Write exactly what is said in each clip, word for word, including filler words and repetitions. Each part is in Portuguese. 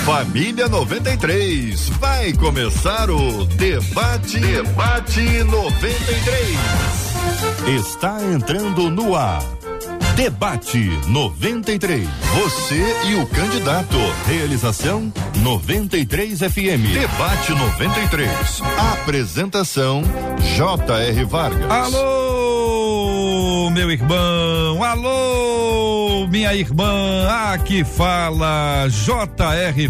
Família noventa e três, vai começar o Debate, Debate noventa e três. Está entrando no ar. Debate noventa e três. Você e o candidato. Realização noventa e três F M. Debate noventa e três. Apresentação J R Vargas. Alô, meu irmão. Alô, minha irmã. Aqui fala J R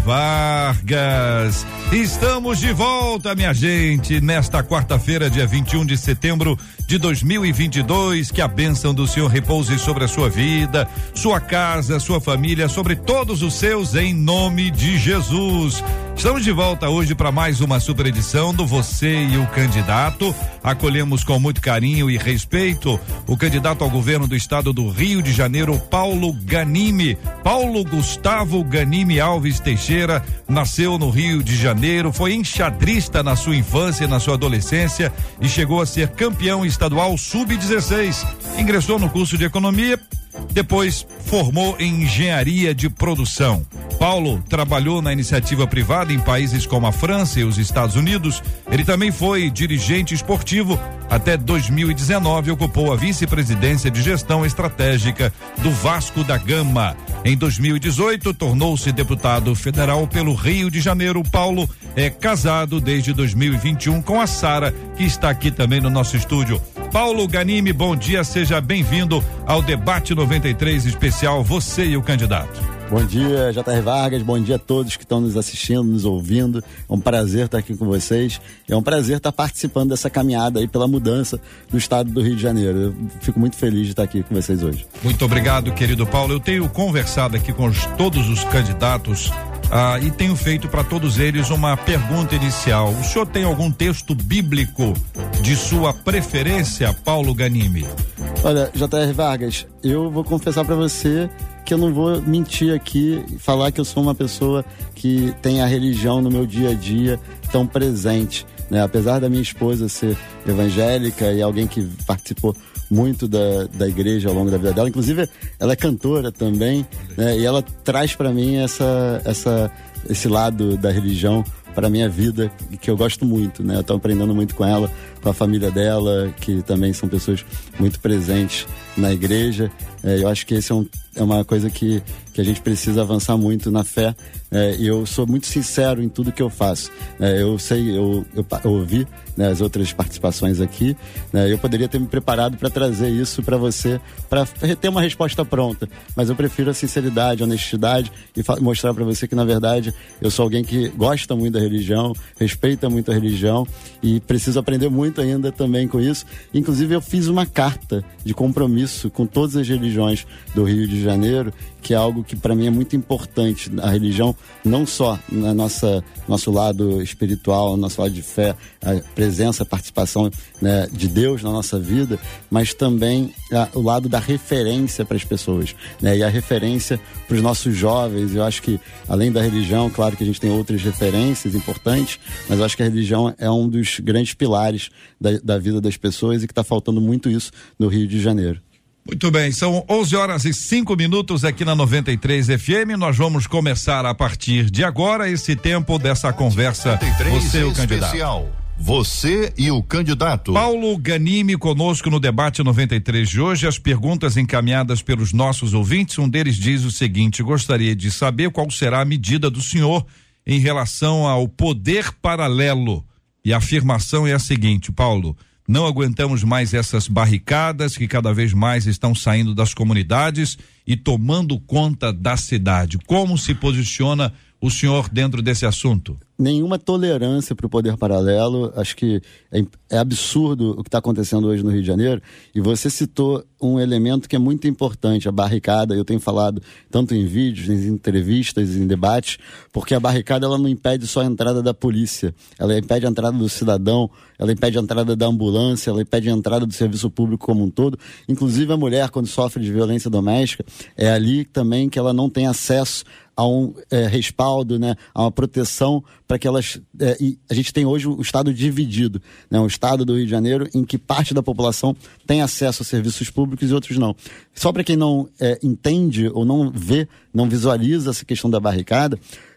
Vargas. Estamos de volta, minha gente, nesta quarta-feira, dia vinte e um de setembro de dois mil e vinte e dois. Que a bênção do Senhor repouse sobre a sua vida, sua casa, sua família, sobre todos os seus, em nome de Jesus. Estamos de volta hoje para mais uma super edição do Você e o Candidato. Acolhemos com muito carinho e respeito o candidato ao governo do estado do Rio de Janeiro, Paulo Ganimi. Paulo Gustavo Ganimi Alves Teixeira nasceu no Rio de Janeiro, foi enxadrista na sua infância e na sua adolescência e chegou a ser campeão estadual sub dezesseis. Ingressou no curso de economia, depois formou em engenharia de produção. Paulo trabalhou na iniciativa privada em países como a França e os Estados Unidos. Ele também foi dirigente esportivo. Até dois mil e dezenove ocupou a vice-presidência de gestão estratégica do Vasco da Gama. Em dois mil e dezoito tornou-se deputado federal pelo Rio de Janeiro. Paulo é casado desde dois mil e vinte e um com a Sara, que está aqui também no nosso estúdio. Paulo Ganimi, bom dia, seja bem-vindo ao Debate noventa e três especial Você e o Candidato. Bom dia, J R Vargas, bom dia a todos que estão nos assistindo, nos ouvindo. É um prazer estar aqui com vocês. É um prazer estar participando dessa caminhada aí pela mudança do estado do Rio de Janeiro. Eu fico muito feliz de estar aqui com vocês hoje. Muito obrigado, querido Paulo. Eu tenho conversado aqui com os, todos os candidatos ah, e tenho feito para todos eles uma pergunta inicial. O senhor tem algum texto bíblico de sua preferência, Paulo Ganimi? Olha, J R Vargas, eu vou confessar para você que eu não vou mentir aqui e falar que eu sou uma pessoa que tem a religião no meu dia a dia tão presente, né? Apesar da minha esposa ser evangélica e alguém que participou muito da, da igreja ao longo da vida dela, inclusive ela é cantora também, né? E ela traz para mim essa, essa, esse lado da religião para minha vida, que eu gosto muito, né? Eu tô aprendendo muito com ela, com a família dela, que também são pessoas muito presentes na igreja. É, eu acho que esse é, um, é uma coisa que, que a gente precisa avançar muito na fé. É, e eu sou muito sincero em tudo que eu faço. É, eu sei, eu, eu, eu ouvi, né, as outras participações aqui, né, eu poderia ter me preparado para trazer isso para você, para ter uma resposta pronta, mas eu prefiro a sinceridade, a honestidade e mostrar para você que, na verdade, eu sou alguém que gosta muito da religião, respeita muito a religião e preciso aprender muito ainda também com isso. Inclusive, eu fiz uma carta de compromisso com todas as religiões do Rio de Janeiro, que é algo que para mim é muito importante. A religião, não só na nossa nosso lado espiritual, nosso lado de fé, a presença, a participação, né, de Deus na nossa vida, mas também a, o lado da referência para as pessoas, né, e a referência para os nossos jovens. Eu acho que, além da religião, claro que a gente tem outras referências importantes, mas eu acho que a religião é um dos grandes pilares da, da vida das pessoas e que está faltando muito isso no Rio de Janeiro. Muito bem, são onze horas e cinco minutos aqui na noventa e três F M. Nós vamos começar a partir de agora esse tempo dessa conversa. Você e o candidato. Você e o candidato. Paulo Ganimi conosco no Debate noventa e três de hoje. As perguntas encaminhadas pelos nossos ouvintes, um deles diz o seguinte: gostaria de saber qual será a medida do senhor em relação ao poder paralelo. E a afirmação é a seguinte, Paulo: não aguentamos mais essas barricadas que cada vez mais estão saindo das comunidades e tomando conta da cidade. Como se posiciona o senhor dentro desse assunto? Nenhuma tolerância para o poder paralelo. Acho que é, é absurdo o que está acontecendo hoje no Rio de Janeiro. E você citou um elemento que é muito importante, a barricada. Eu tenho falado tanto em vídeos, em entrevistas, em debates, porque a barricada ela não impede só a entrada da polícia, ela impede a entrada do cidadão, ela impede a entrada da ambulância, ela impede a entrada do serviço público como um todo. Inclusive a mulher, quando sofre de violência doméstica, é ali também que ela não tem acesso a um é, respaldo, né, a uma proteção para que elas... É, e a gente tem hoje o estado dividido, né, o estado do Rio de Janeiro em que parte da população tem acesso a serviços públicos e outros não. Só para quem não é, entende ou não vê, não visualiza essa questão da barricada,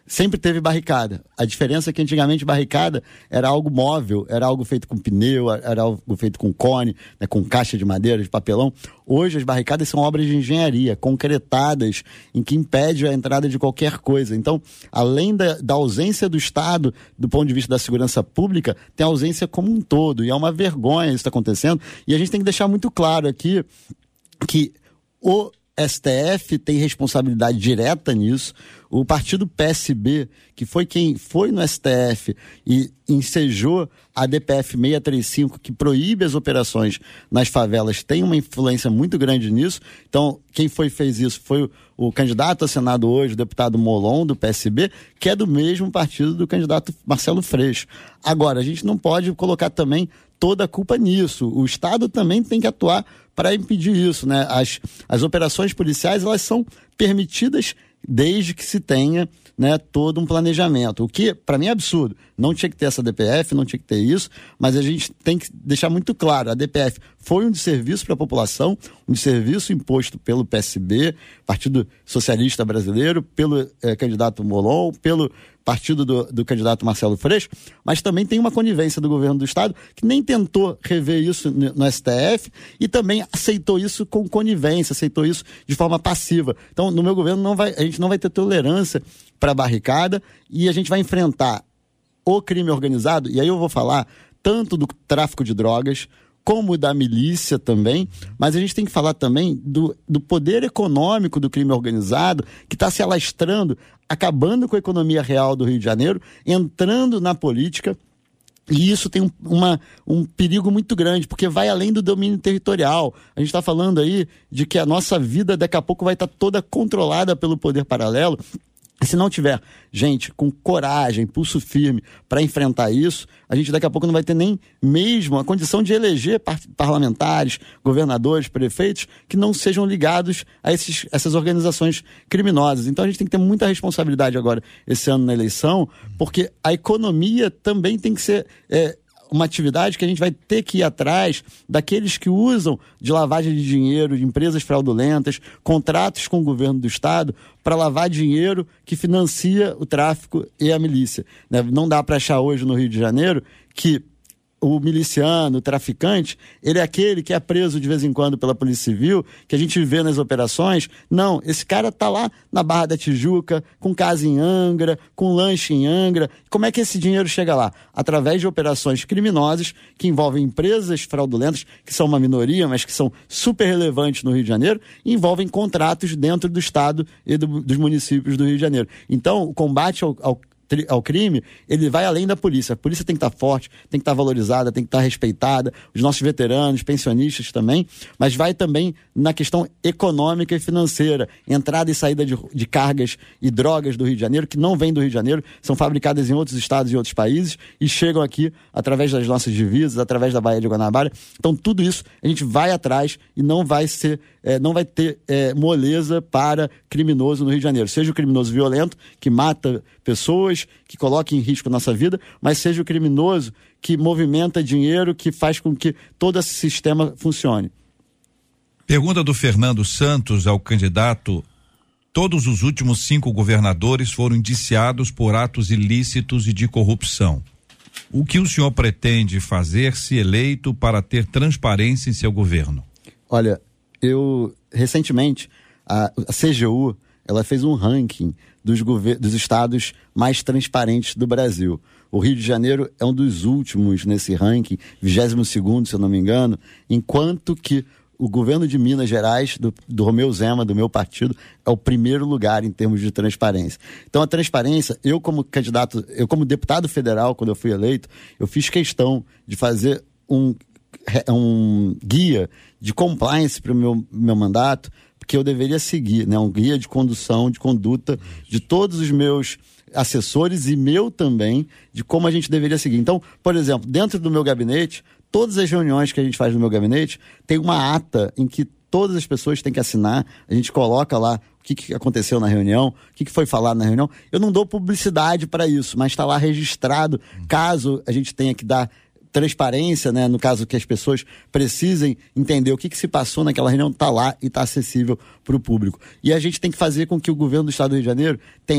sempre teve barricada. A diferença é que antigamente barricada era algo móvel, era algo feito com pneu, era algo feito com cone, né, com caixa de madeira, de papelão. Hoje as barricadas são obras de engenharia, concretadas, em que impede a entrada de qualquer coisa. Então, além da, da ausência do Estado, do ponto de vista da segurança pública, tem a ausência como um todo. E é uma vergonha isso está acontecendo. E a gente tem que deixar muito claro aqui que o S T F tem responsabilidade direta nisso. O partido P S B, que foi quem foi no S T F e ensejou a D P F seiscentos e trinta e cinco, que proíbe as operações nas favelas, tem uma influência muito grande nisso. Então, quem foi fez isso foi o, o candidato a Senado hoje, o deputado Molon, do P S B, que é do mesmo partido do candidato Marcelo Freixo. Agora, a gente não pode colocar também toda a culpa nisso. O Estado também tem que atuar para impedir isso, né? As, as operações policiais, elas são permitidas desde que se tenha, né, todo um planejamento. O que, para mim, é absurdo. Não tinha que ter essa D P F, não tinha que ter isso, mas a gente tem que deixar muito claro, a D P F foi um desserviço para a população, um desserviço imposto pelo P S B, Partido Socialista Brasileiro, pelo eh, candidato Molon, pelo partido do, do candidato Marcelo Freixo, mas também tem uma conivência do governo do Estado que nem tentou rever isso no, no S T F e também aceitou isso com conivência, aceitou isso de forma passiva. Então, no meu governo, não vai, a gente não vai ter tolerância para a barricada e a gente vai enfrentar o crime organizado, e aí eu vou falar tanto do tráfico de drogas, como da milícia também, mas a gente tem que falar também do, do poder econômico do crime organizado, que está se alastrando, acabando com a economia real do Rio de Janeiro, entrando na política, e isso tem um, uma, um perigo muito grande, porque vai além do domínio territorial. A gente está falando aí de que a nossa vida daqui a pouco vai estar tá toda controlada pelo poder paralelo. Se não tiver gente com coragem, pulso firme para enfrentar isso, a gente daqui a pouco não vai ter nem mesmo a condição de eleger par- parlamentares, governadores, prefeitos que não sejam ligados a esses, essas organizações criminosas. Então a gente tem que ter muita responsabilidade agora esse ano na eleição, porque a economia também tem que ser... É, uma atividade que a gente vai ter que ir atrás daqueles que usam de lavagem de dinheiro, de empresas fraudulentas, contratos com o governo do Estado para lavar dinheiro que financia o tráfico e a milícia. Né? Não dá para achar hoje no Rio de Janeiro que o miliciano, o traficante, ele é aquele que é preso de vez em quando pela Polícia Civil, que a gente vê nas operações. Não, esse cara tá lá na Barra da Tijuca, com casa em Angra, com lanche em Angra. Como é que esse dinheiro chega lá? Através de operações criminosas que envolvem empresas fraudulentas, que são uma minoria, mas que são super relevantes no Rio de Janeiro, e envolvem contratos dentro do Estado e do, dos municípios do Rio de Janeiro. Então, o combate ao, ao ao crime, ele vai além da polícia. A polícia tem que estar forte, tem que estar valorizada, tem que estar respeitada, os nossos veteranos, pensionistas também, mas vai também na questão econômica e financeira, entrada e saída de, de cargas e drogas do Rio de Janeiro, que não vêm do Rio de Janeiro, são fabricadas em outros estados e outros países e chegam aqui através das nossas divisas, através da Baía de Guanabara. Então tudo isso a gente vai atrás e não vai ser, é, não vai ter é, moleza para criminoso no Rio de Janeiro, seja o criminoso violento que mata pessoas, que coloca em risco a nossa vida, mas seja o criminoso que movimenta dinheiro, que faz com que todo esse sistema funcione. Pergunta do Fernando Santos ao candidato: todos os últimos cinco governadores foram indiciados por atos ilícitos e de corrupção. O que o senhor pretende fazer, se eleito, para ter transparência em seu governo? Olha, eu recentemente a, a C G U ela fez um ranking dos, gover- dos estados mais transparentes do Brasil. O Rio de Janeiro é um dos últimos nesse ranking, vigésimo segundo, se eu não me engano, enquanto que o governo de Minas Gerais, do, do Romeu Zema, do meu partido, é o primeiro lugar em termos de transparência. Então a transparência, eu como candidato, eu como deputado federal, quando eu fui eleito, eu fiz questão de fazer um, um guia de compliance para o meu, meu mandato, que eu deveria seguir, né? Um guia de condução, de conduta de todos os meus assessores e meu também, de como a gente deveria seguir. Então, por exemplo, dentro do meu gabinete, todas as reuniões que a gente faz no meu gabinete, tem uma ata em que todas as pessoas têm que assinar, a gente coloca lá o que, que aconteceu na reunião, o que, que foi falado na reunião. Eu não dou publicidade para isso, mas está lá registrado, caso a gente tenha que dar transparência, né? No caso que as pessoas precisem entender o que, que se passou naquela reunião, está lá e está acessível para o público. E a gente tem que fazer com que o governo do Estado do Rio de Janeiro tenha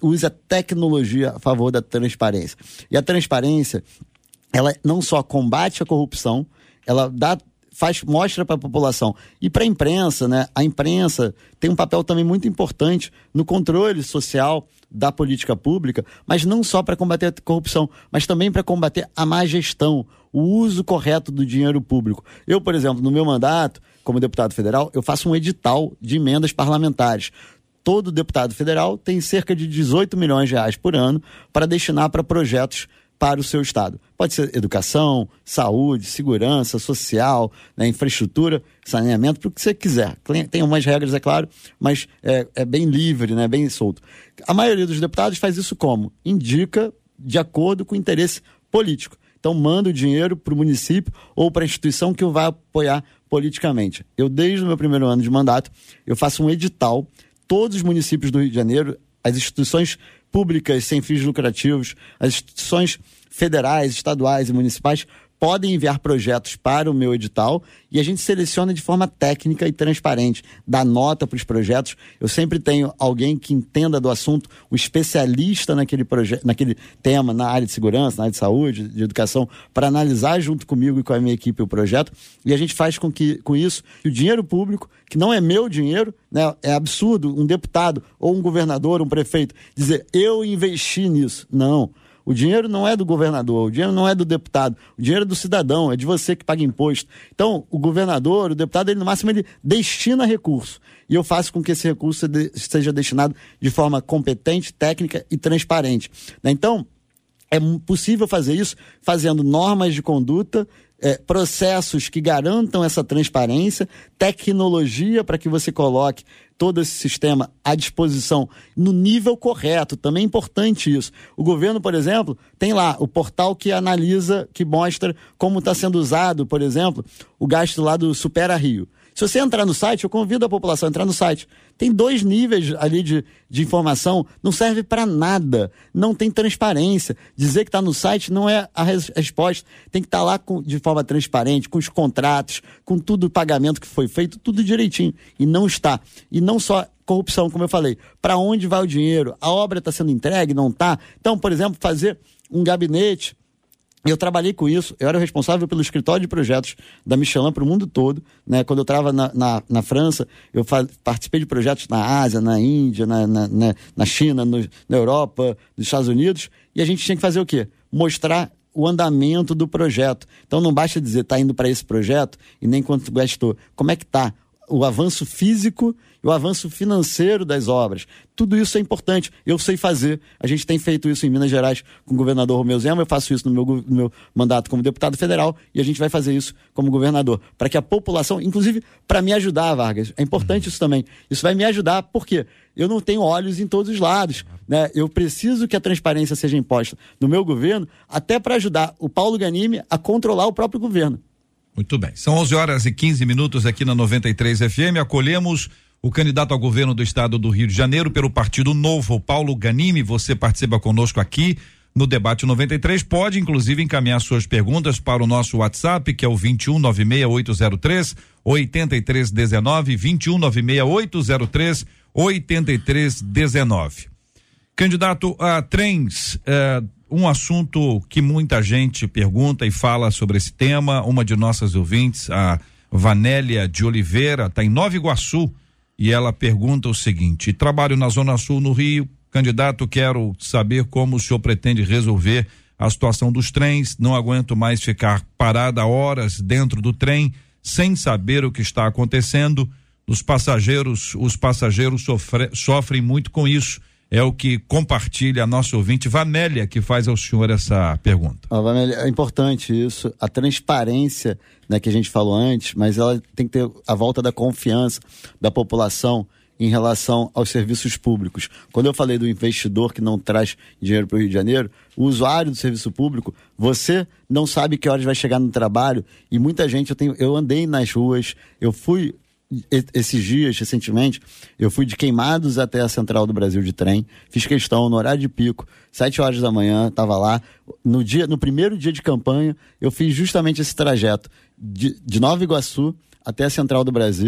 use a tecnologia a favor da transparência. E a transparência, ela não só combate a corrupção, ela dá, faz, mostra para a população e para a imprensa, né? A imprensa tem um papel também muito importante no controle social da política pública, mas não só para combater a corrupção, mas também para combater a má gestão, o uso correto do dinheiro público. Eu, por exemplo, no meu mandato, como deputado federal, eu faço um edital de emendas parlamentares. Todo deputado federal tem cerca de dezoito milhões de reais por ano para destinar para projetos para o seu estado. Pode ser educação, saúde, segurança social, né, infraestrutura, saneamento, para o que você quiser. Tem umas regras, é claro, mas é, é bem livre, né, bem solto. A maioria dos deputados faz isso como? Indica de acordo com o interesse político. Então manda o dinheiro para o município ou para a instituição que o vai apoiar politicamente. Eu, desde o meu primeiro ano de mandato, eu faço um edital, todos os municípios do Rio de Janeiro, as instituições públicas sem fins lucrativos, as instituições federais, estaduais e municipais podem enviar projetos para o meu edital e a gente seleciona de forma técnica e transparente, dá nota para os projetos. Eu sempre tenho alguém que entenda do assunto, um especialista naquele, projeto, naquele tema, na área de segurança, na área de saúde, de educação, para analisar junto comigo e com a minha equipe o projeto, e a gente faz com que, com isso, o dinheiro público, que não é meu dinheiro, né, é absurdo um deputado ou um governador, um prefeito, dizer, eu investi nisso. Não. O dinheiro não é do governador, o dinheiro não é do deputado, o dinheiro é do cidadão, é de você que paga imposto. Então, o governador, o deputado, ele no máximo ele destina recurso. E eu faço com que esse recurso seja destinado de forma competente, técnica e transparente. Então, é possível fazer isso fazendo normas de conduta, é, processos que garantam essa transparência, tecnologia para que você coloque todo esse sistema à disposição no nível correto. Também é importante isso. O governo, por exemplo, tem lá o portal que analisa, que mostra como está sendo usado, por exemplo, o gasto lá do Supera Rio. Se você entrar no site, eu convido a população a entrar no site. Tem dois níveis ali de, de informação, não serve para nada, não tem transparência. Dizer que está no site não é a res- resposta. Tem que estar tá lá com, de forma transparente, com os contratos, com tudo o pagamento que foi feito, tudo direitinho. E não está. E não só corrupção, como eu falei. Para onde vai o dinheiro? A obra está sendo entregue? Não está? Então, por exemplo, fazer um gabinete. Eu trabalhei com isso, eu era responsável pelo escritório de projetos da Michelin para o mundo todo, né? Quando eu estava na, na, na França, eu fa- participei de projetos na Ásia, na Índia, na, na, na, na China, no, na Europa, nos Estados Unidos, e a gente tinha que fazer o quê? Mostrar o andamento do projeto. Então não basta dizer, está indo para esse projeto e nem quanto gastou. Como é que está o avanço físico e o avanço financeiro das obras? Tudo isso é importante. Eu sei fazer. A gente tem feito isso em Minas Gerais com o governador Romeu Zema. Eu faço isso no meu, no meu mandato como deputado federal e a gente vai fazer isso como governador. Para que a população, inclusive para me ajudar, Vargas, é importante isso também. Isso vai me ajudar porque eu não tenho olhos em todos os lados, né? Eu preciso que a transparência seja imposta no meu governo até para ajudar o Paulo Ganimi a controlar o próprio governo. Muito bem, são onze horas e quinze minutos aqui na noventa e três F M, acolhemos o candidato ao governo do estado do Rio de Janeiro pelo Partido Novo, Paulo Ganimi. Você participa conosco aqui no Debate noventa e três, pode inclusive encaminhar suas perguntas para o nosso WhatsApp, que é o vinte e um, nove seis oito zero três, oito três um nove, vinte e um, nove seis oito zero três, oito três um nove. Candidato a trens, eh, um assunto que muita gente pergunta e fala sobre esse tema. Uma de nossas ouvintes, a Vanélia de Oliveira, está em Nova Iguaçu e ela pergunta o seguinte: trabalho na Zona Sul no Rio, candidato, quero saber como o senhor pretende resolver a situação dos trens. Não aguento mais ficar parada horas dentro do trem sem saber o que está acontecendo. Os passageiros, os passageiros sofre, sofrem muito com isso. É o que compartilha a nossa ouvinte Vanélia, que faz ao senhor essa pergunta. Ah, Vanélia, é importante isso, a transparência, né, que a gente falou antes, mas ela tem que ter a volta da confiança da população em relação aos serviços públicos. Quando eu falei do investidor que não traz dinheiro para o Rio de Janeiro, o usuário do serviço público, você não sabe que horas vai chegar no trabalho, e muita gente, eu, tenho, eu andei nas ruas, eu fui... Esses dias, recentemente, eu fui de Queimados até a Central do Brasil de trem, fiz questão no horário de pico, sete horas da manhã, estava lá. No, dia, no primeiro dia de campanha, eu fiz justamente esse trajeto de, de Nova Iguaçu até a Central do Brasil,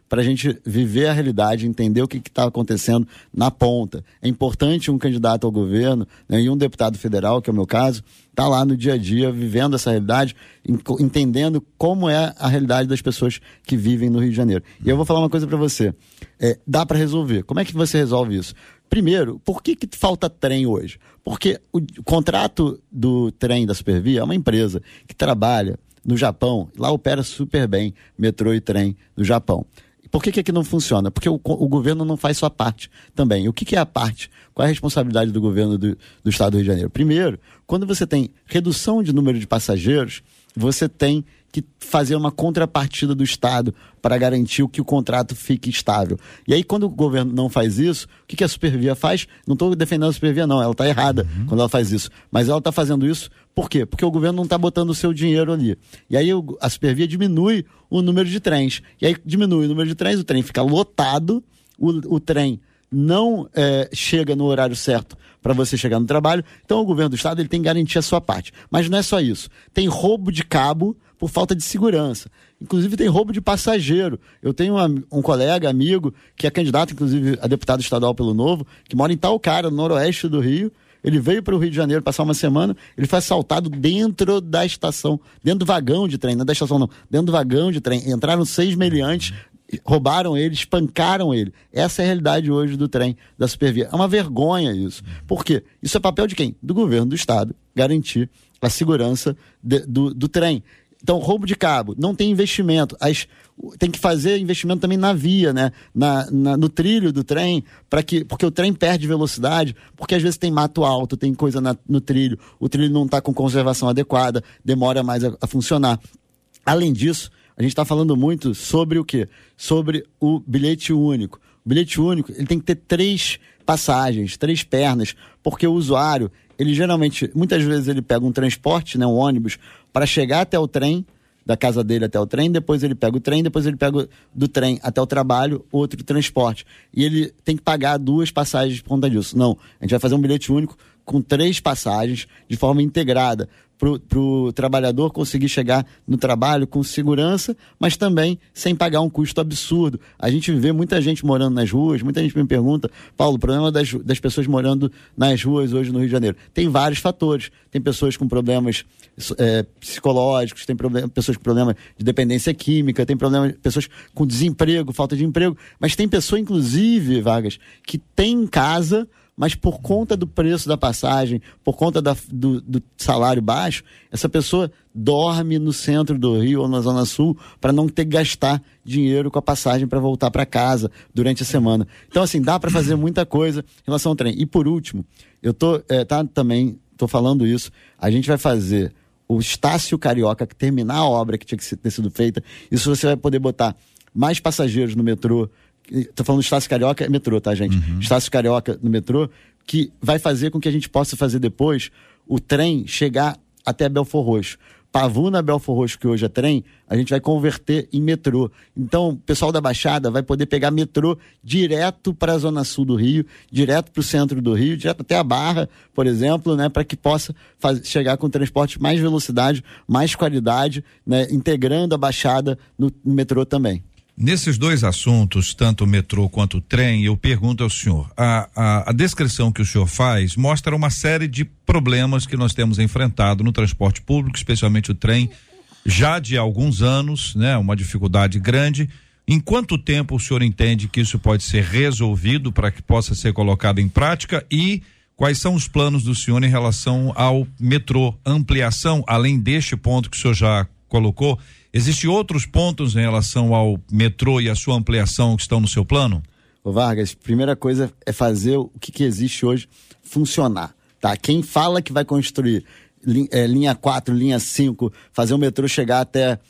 para a gente viver a realidade, entender o que está acontecendo na ponta. É importante um candidato ao governo, né, e um deputado federal, que é o meu caso, tá lá no dia a dia, vivendo essa realidade, entendendo como é a realidade das pessoas que vivem no Rio de Janeiro. E eu vou falar uma coisa para você. É, dá para resolver. Como é que você resolve isso? Primeiro, por que que falta trem hoje? Porque o, o contrato do trem da Supervia é uma empresa que trabalha no Japão, lá opera super bem metrô e trem no Japão. Por que que aqui não funciona? Porque o, o governo não faz sua parte também. O que que é a parte? Qual é a responsabilidade do governo do, do Estado do Rio de Janeiro? Primeiro, quando você tem redução de número de passageiros, você tem que fazer uma contrapartida do Estado para garantir que o contrato fique estável. E aí, quando o governo não faz isso, o que que a Supervia faz? Não estou defendendo a Supervia, não. Ela está errada uhum. quando ela faz isso. Mas ela está fazendo isso por quê? Porque o governo não está botando o seu dinheiro ali. E aí a Supervia diminui o número de trens. E aí diminui o número de trens, o trem fica lotado, o, o trem não é, chega no horário certo para você chegar no trabalho. Então o governo do Estado ele tem que garantir a sua parte. Mas não é só isso. Tem roubo de cabo por falta de segurança. Inclusive tem roubo de passageiro. Eu tenho um, um colega, amigo, que é candidato, inclusive, a deputado estadual pelo Novo, que mora em Talcara, no noroeste do Rio. Ele veio para o Rio de Janeiro passar uma semana, ele foi assaltado dentro da estação, dentro do vagão de trem, não é da estação não, dentro do vagão de trem. Entraram seis meliantes, roubaram ele, espancaram ele. Essa é a realidade hoje do trem da Supervia. É uma vergonha isso. Por quê? Isso é papel de quem? Do governo do Estado, garantir a segurança de, do, do trem. Então, roubo de cabo, não tem investimento. As, tem que fazer investimento também na via, né? na, na, no trilho do trem, para que, porque o trem perde velocidade, porque às vezes tem mato alto, tem coisa na, no trilho, o trilho não está com conservação adequada, demora mais a, a funcionar. Além disso, a gente está falando muito sobre o quê? Sobre o bilhete único. O bilhete único ele tem que ter três passagens, três pernas, porque o usuário, ele geralmente, muitas vezes ele pega um transporte, né, um ônibus, para chegar até o trem, da casa dele até o trem, depois ele pega o trem, depois ele pega do trem até o trabalho, outro transporte. E ele tem que pagar duas passagens por conta disso. Não, a gente vai fazer um bilhete único com três passagens de forma integrada, para o trabalhador conseguir chegar no trabalho com segurança, mas também sem pagar um custo absurdo. A gente vê muita gente morando nas ruas, muita gente me pergunta, Paulo, o problema das, das pessoas morando nas ruas hoje no Rio de Janeiro. Tem vários fatores. Tem pessoas com problemas é, psicológicos, tem problem, pessoas com problemas de dependência química, tem problemas, pessoas com desemprego, falta de emprego, mas tem pessoa, inclusive, Vargas, que tem em casa, mas por conta do preço da passagem, por conta da, do, do salário baixo, essa pessoa dorme no centro do Rio ou na Zona Sul para não ter que gastar dinheiro com a passagem para voltar para casa durante a semana. Então, assim, dá para fazer muita coisa em relação ao trem. E por último, eu tô, é, tá, também tô falando isso, a gente vai fazer o Estácio Carioca, que terminar a obra que tinha que ter sido feita. Isso você vai poder botar mais passageiros no metrô. Estou falando do Estácio Carioca, é metrô, tá, gente? Uhum. Estácio Carioca no metrô, que vai fazer com que a gente possa fazer depois o trem chegar até Belfor Roxo. Pavuna, Belfor Roxo, que hoje é trem, a gente vai converter em metrô. Então, o pessoal da Baixada vai poder pegar metrô direto para a Zona Sul do Rio, direto para o centro do Rio, direto até a Barra, por exemplo, né, para que possa faz, chegar com transporte mais velocidade, mais qualidade, né, integrando a Baixada no, no metrô também. Nesses dois assuntos, tanto o metrô quanto o trem, eu pergunto ao senhor, a, a, a descrição que o senhor faz mostra uma série de problemas que nós temos enfrentado no transporte público, especialmente o trem, já de alguns anos, né? Uma dificuldade grande. Em quanto tempo o senhor entende que isso pode ser resolvido para que possa ser colocado em prática e quais são os planos do senhor em relação ao metrô? Ampliação, além deste ponto que o senhor já colocou, existem outros pontos em relação ao metrô e a sua ampliação que estão no seu plano? Ô Vargas, primeira coisa é fazer o que, que existe hoje funcionar, tá? Quem fala que vai construir é, linha quatro, linha cinco, fazer o metrô chegar até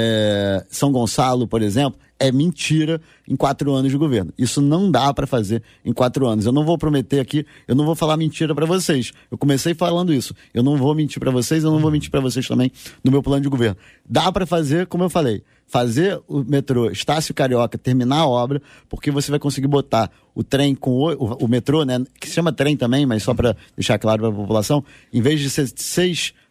é, São Gonçalo, por exemplo, é mentira em quatro anos de governo. Isso não dá para fazer em quatro anos. Eu não vou prometer aqui, eu não vou falar mentira para vocês. Eu comecei falando isso. Eu não vou mentir para vocês, eu não vou mentir para vocês também no meu plano de governo. Dá para fazer, como eu falei, fazer o metrô Estácio Carioca, terminar a obra, porque você vai conseguir botar o trem com o, o, o metrô, né, que se chama trem também, mas só para deixar claro para a população, em vez de ser seis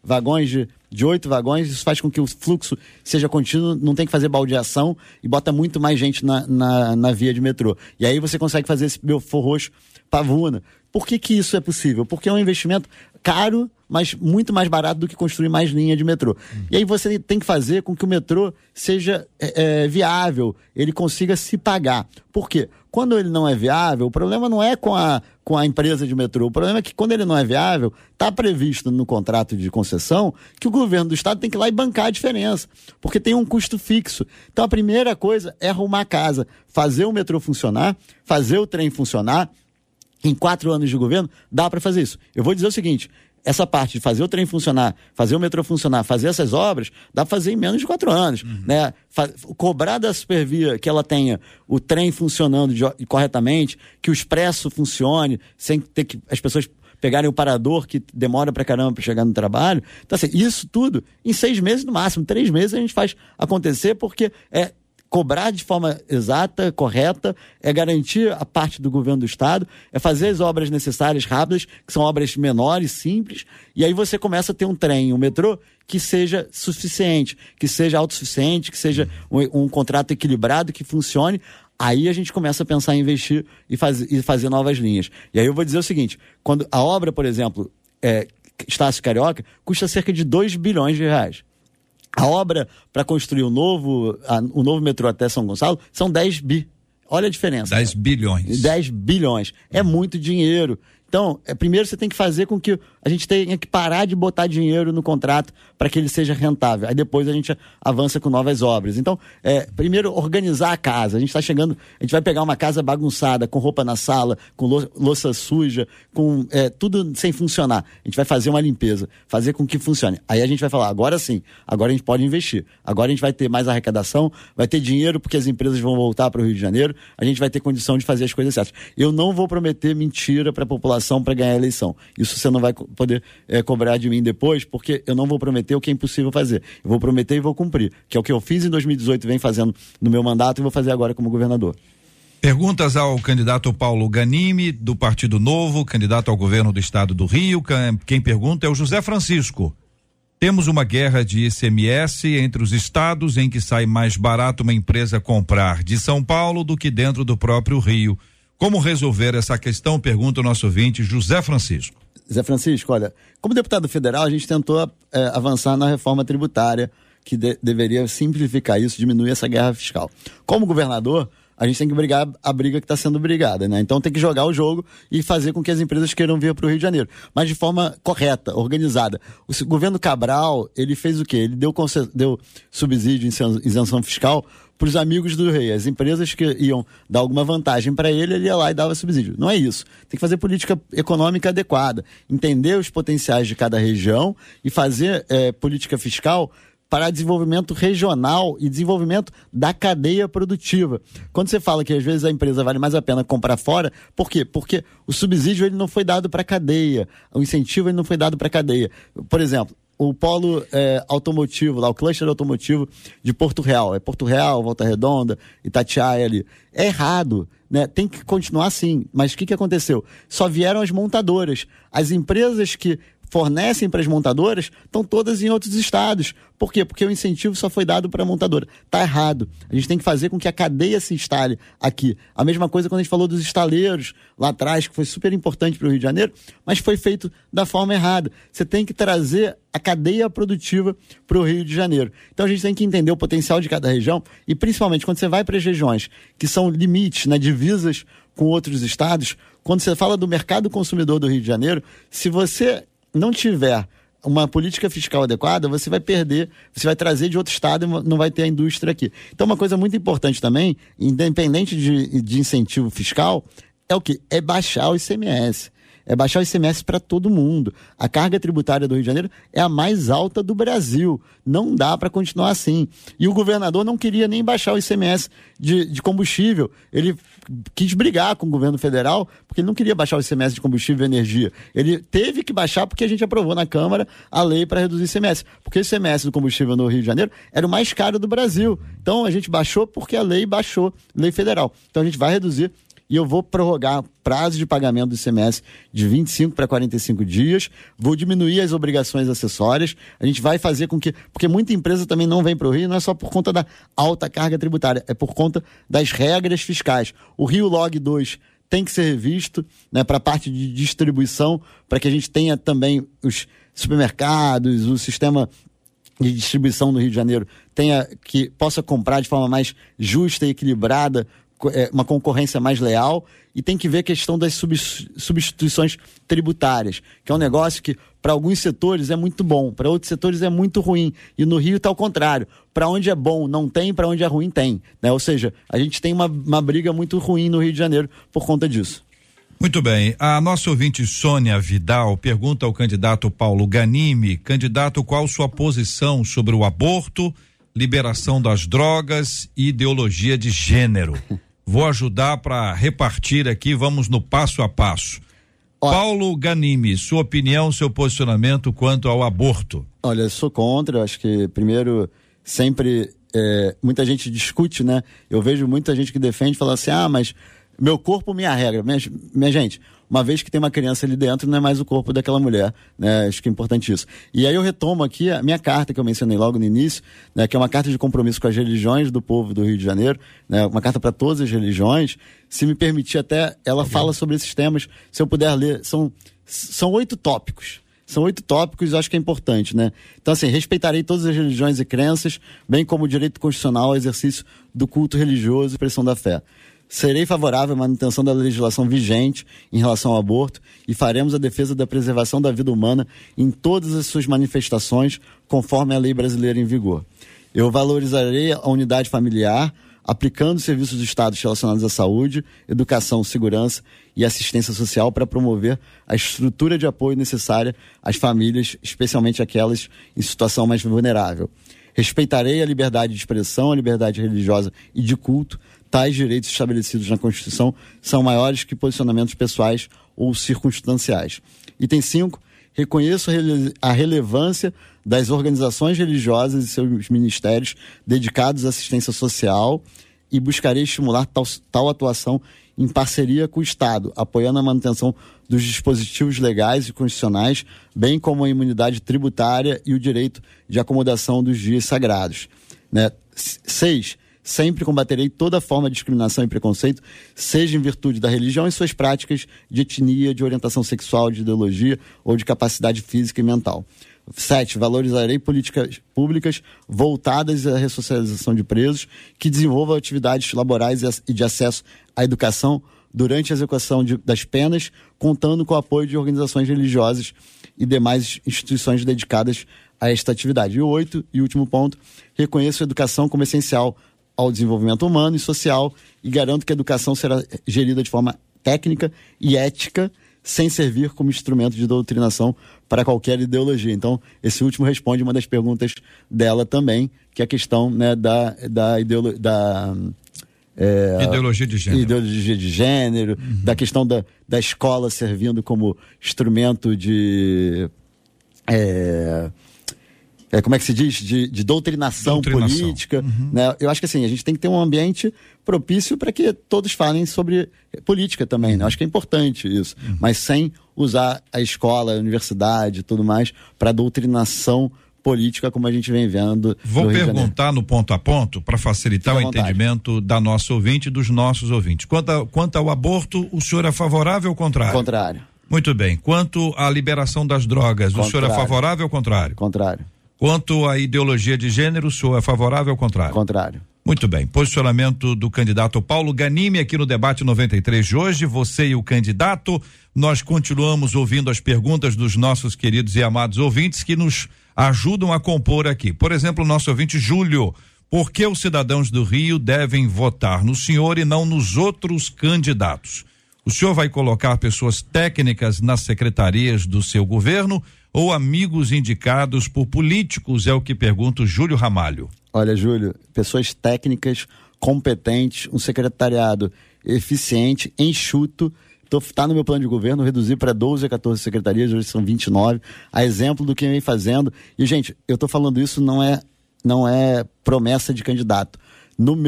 vagões de, de oito vagões, isso faz com que o fluxo seja contínuo, não tem que fazer baldeação e bota muito mais gente na, na, na via de metrô. E aí você consegue fazer esse Belfort Roxo Pavuna. Por que que isso é possível? Porque é um investimento caro, mas muito mais barato do que construir mais linha de metrô. Uhum. E aí você tem que fazer com que o metrô seja é, viável, ele consiga se pagar. Por quê? Quando ele não é viável, o problema não é com a, com a empresa de metrô, o problema é que quando ele não é viável, está previsto no contrato de concessão que o governo do estado tem que ir lá e bancar a diferença, porque tem um custo fixo. Então a primeira coisa é arrumar a casa, fazer o metrô funcionar, fazer o trem funcionar. Em quatro anos de governo, dá para fazer isso. Eu vou dizer o seguinte, essa parte de fazer o trem funcionar, fazer o metrô funcionar, fazer essas obras, dá para fazer em menos de quatro anos. Uhum. Né? Fa- cobrar da Supervia que ela tenha o trem funcionando de, corretamente, que o expresso funcione, sem ter que as pessoas pegarem o parador que demora pra caramba para chegar no trabalho. Então, assim, isso tudo em seis meses no máximo, três meses a gente faz acontecer, porque é cobrar de forma exata, correta, é garantir a parte do governo do estado, é fazer as obras necessárias rápidas, que são obras menores, simples, e aí você começa a ter um trem, um metrô, que seja suficiente, que seja autossuficiente, que seja um, um contrato equilibrado, que funcione. Aí a gente começa a pensar em investir e, faz, e fazer novas linhas. E aí eu vou dizer o seguinte, quando a obra, por exemplo, é, Estácio Carioca, custa cerca de dois bilhões de reais. A obra para construir o novo, a, o novo metrô até São Gonçalo são dez bi. Olha a diferença. dez bilhões. dez bilhões. É muito dinheiro. Então, é, primeiro você tem que fazer com que a gente tenha que parar de botar dinheiro no contrato para que ele seja rentável. Aí depois a gente avança com novas obras. Então, é, primeiro, organizar a casa. A gente está chegando, a gente vai pegar uma casa bagunçada, com roupa na sala, com lou- louça suja, com é, tudo sem funcionar. A gente vai fazer uma limpeza, fazer com que funcione. Aí a gente vai falar, agora sim, agora a gente pode investir. Agora a gente vai ter mais arrecadação, vai ter dinheiro porque as empresas vão voltar para o Rio de Janeiro, a gente vai ter condição de fazer as coisas certas. Eu não vou prometer mentira para a população para ganhar a eleição. Isso você não vai poder é, cobrar de mim depois, porque eu não vou prometer o que é impossível fazer. Eu vou prometer e vou cumprir, que é o que eu fiz em dois mil e dezoito, venho fazendo no meu mandato e vou fazer agora como governador. Perguntas ao candidato Paulo Ganimi, do Partido Novo, candidato ao governo do estado do Rio. Quem pergunta é o José Francisco. Temos uma guerra de I C M S entre os estados em que sai mais barato uma empresa comprar de São Paulo do que dentro do próprio Rio. Como resolver essa questão? Pergunta o nosso ouvinte José Francisco. Zé Francisco, olha, como deputado federal a gente tentou é, avançar na reforma tributária que de, deveria simplificar isso, diminuir essa guerra fiscal. Como governador, a gente tem que brigar a briga que está sendo brigada, né? Então tem que jogar o jogo e fazer com que as empresas queiram vir para o Rio de Janeiro, mas de forma correta, organizada. O governo Cabral, ele fez o quê? Ele deu, deu subsídio, isenção fiscal para os amigos do rei. As empresas que iam dar alguma vantagem para ele, ele ia lá e dava subsídio. Não é isso. Tem que fazer política econômica adequada, entender os potenciais de cada região e fazer é, política fiscal para desenvolvimento regional e desenvolvimento da cadeia produtiva. Quando você fala que às vezes a empresa vale mais a pena comprar fora, por quê? Porque o subsídio ele não foi dado para a cadeia, o incentivo ele não foi dado para a cadeia. Por exemplo, o polo é, automotivo, lá, o cluster automotivo de Porto Real, é Porto Real, Volta Redonda, Itatiaia ali. É errado, né? Tem que continuar assim. Mas o que, que aconteceu? Só vieram as montadoras. As empresas que fornecem para as montadoras estão todas em outros estados. Por quê? Porque o incentivo só foi dado para a montadora. Está errado. A gente tem que fazer com que a cadeia se instale aqui. A mesma coisa quando a gente falou dos estaleiros lá atrás, que foi super importante para o Rio de Janeiro, mas foi feito da forma errada. Você tem que trazer a cadeia produtiva para o Rio de Janeiro. Então a gente tem que entender o potencial de cada região e principalmente quando você vai para as regiões que são limites, né, divisas com outros estados, quando você fala do mercado consumidor do Rio de Janeiro, se você não tiver uma política fiscal adequada, você vai perder, você vai trazer de outro estado e não vai ter a indústria aqui. Então uma coisa muito importante também, independente de, de incentivo fiscal, é o quê? É baixar o I C M S. É baixar o I C M S para todo mundo. A carga tributária do Rio de Janeiro é a mais alta do Brasil. Não dá para continuar assim. E o governador não queria nem baixar o I C M S de, de combustível. Ele quis brigar com o governo federal porque ele não queria baixar o I C M S de combustível e energia. Ele teve que baixar porque a gente aprovou na Câmara a lei para reduzir o I C M S. Porque o I C M S do combustível no Rio de Janeiro era o mais caro do Brasil. Então a gente baixou porque a lei baixou, lei federal. Então a gente vai reduzir e eu vou prorrogar prazo de pagamento do I C M S de vinte e cinco para quarenta e cinco dias, vou diminuir as obrigações acessórias, a gente vai fazer com que, porque muita empresa também não vem para o Rio, não é só por conta da alta carga tributária, é por conta das regras fiscais. O Rio Log dois tem que ser revisto, né, para a parte de distribuição, para que a gente tenha também os supermercados, o sistema de distribuição no Rio de Janeiro tenha, que possa comprar de forma mais justa e equilibrada, uma concorrência mais leal, e tem que ver a questão das substituições tributárias, que é um negócio que para alguns setores é muito bom, para outros setores é muito ruim, e no Rio está ao contrário, para onde é bom não tem, para onde é ruim tem, né? Ou seja, a gente tem uma, uma briga muito ruim no Rio de Janeiro por conta disso. Muito bem, a nossa ouvinte Sônia Vidal pergunta ao candidato Paulo Ganimi: candidato, qual sua posição sobre o aborto, liberação das drogas e ideologia de gênero? Vou ajudar para repartir aqui, vamos no passo a passo. Olha, Paulo Ganimi, sua opinião, seu posicionamento quanto ao aborto? Olha, eu sou contra, eu acho que primeiro sempre é, muita gente discute, né? Eu vejo muita gente que defende, fala assim, ah, mas meu corpo, minha regra. Minha, minha gente, uma vez que tem uma criança ali dentro, não é mais o corpo daquela mulher, né? Acho que é importante isso. E aí eu retomo aqui a minha carta que eu mencionei logo no início, né? Que é uma carta de compromisso com as religiões do povo do Rio de Janeiro, né? Uma carta para todas as religiões. Se me permitir até, ela okay. fala sobre esses temas, se eu puder ler, são, são oito tópicos. São oito tópicos, eu acho que é importante, né? Então, assim, respeitarei todas as religiões e crenças, bem como o direito constitucional ao exercício do culto religioso e expressão da fé. Serei favorável à manutenção da legislação vigente em relação ao aborto e faremos a defesa da preservação da vida humana em todas as suas manifestações, conforme a lei brasileira em vigor. Eu valorizarei a unidade familiar, aplicando serviços do Estado relacionados à saúde, educação, segurança e assistência social para promover a estrutura de apoio necessária às famílias, especialmente aquelas em situação mais vulnerável. Respeitarei a liberdade de expressão, a liberdade religiosa e de culto. Tais direitos estabelecidos na Constituição são maiores que posicionamentos pessoais ou circunstanciais. Item cinco. Reconheço a relevância das organizações religiosas e seus ministérios dedicados à assistência social e buscarei estimular tal, tal atuação em parceria com o Estado, apoiando a manutenção dos dispositivos legais e constitucionais, bem como a imunidade tributária e o direito de acomodação dos dias sagrados. Né? Seis. Sempre combaterei toda forma de discriminação e preconceito, seja em virtude da religião e suas práticas de etnia, de orientação sexual, de ideologia ou de capacidade física e mental. Sete, valorizarei políticas públicas voltadas à ressocialização de presos que desenvolvam atividades laborais e de acesso à educação durante a execução de, das penas, contando com o apoio de organizações religiosas e demais instituições dedicadas a esta atividade. E o oito, e último ponto, reconheço a educação como essencial ao desenvolvimento humano e social e garanto que a educação será gerida de forma técnica e ética, sem servir como instrumento de doutrinação para qualquer ideologia. Então, esse último responde uma das perguntas dela também, que é a questão, né, da, da, ideolo, da é, ideologia de gênero, ideologia de gênero uhum. da questão da, da escola servindo como instrumento de... É, É, como é que se diz? De, de doutrinação, doutrinação. política. Uhum. Né? Eu acho que assim, a gente tem que ter um ambiente propício para que todos falem sobre política também. Né? Eu acho que é importante isso. Uhum. Mas sem usar a escola, a universidade e tudo mais para doutrinação política, como a gente vem vendo. Vou perguntar no ponto a ponto para facilitar Fique o entendimento da nossa ouvinte e dos nossos ouvintes. Quanto, a, quanto ao aborto, o senhor é favorável ou contrário? Contrário. Muito bem. Quanto à liberação das drogas, contrário. O senhor é favorável ou contrário? Contrário. Quanto à ideologia de gênero, o senhor é favorável ou contrário? Contrário. Muito bem. Posicionamento do candidato Paulo Ganimi aqui no debate noventa e três de hoje. Você e o candidato. Nós continuamos ouvindo as perguntas dos nossos queridos e amados ouvintes que nos ajudam a compor aqui. Por exemplo, o nosso ouvinte Júlio. Por que os cidadãos do Rio devem votar no senhor e não nos outros candidatos? O senhor vai colocar pessoas técnicas nas secretarias do seu governo ou amigos indicados por políticos? É o que pergunta o Júlio Ramalho. Olha, Júlio, pessoas técnicas, competentes, um secretariado eficiente, enxuto. Está no meu plano de governo reduzir para doze a quatorze secretarias, hoje são vinte e nove, a exemplo do que vem fazendo. E, gente, eu estou falando isso, não é, não é promessa de candidato. No meu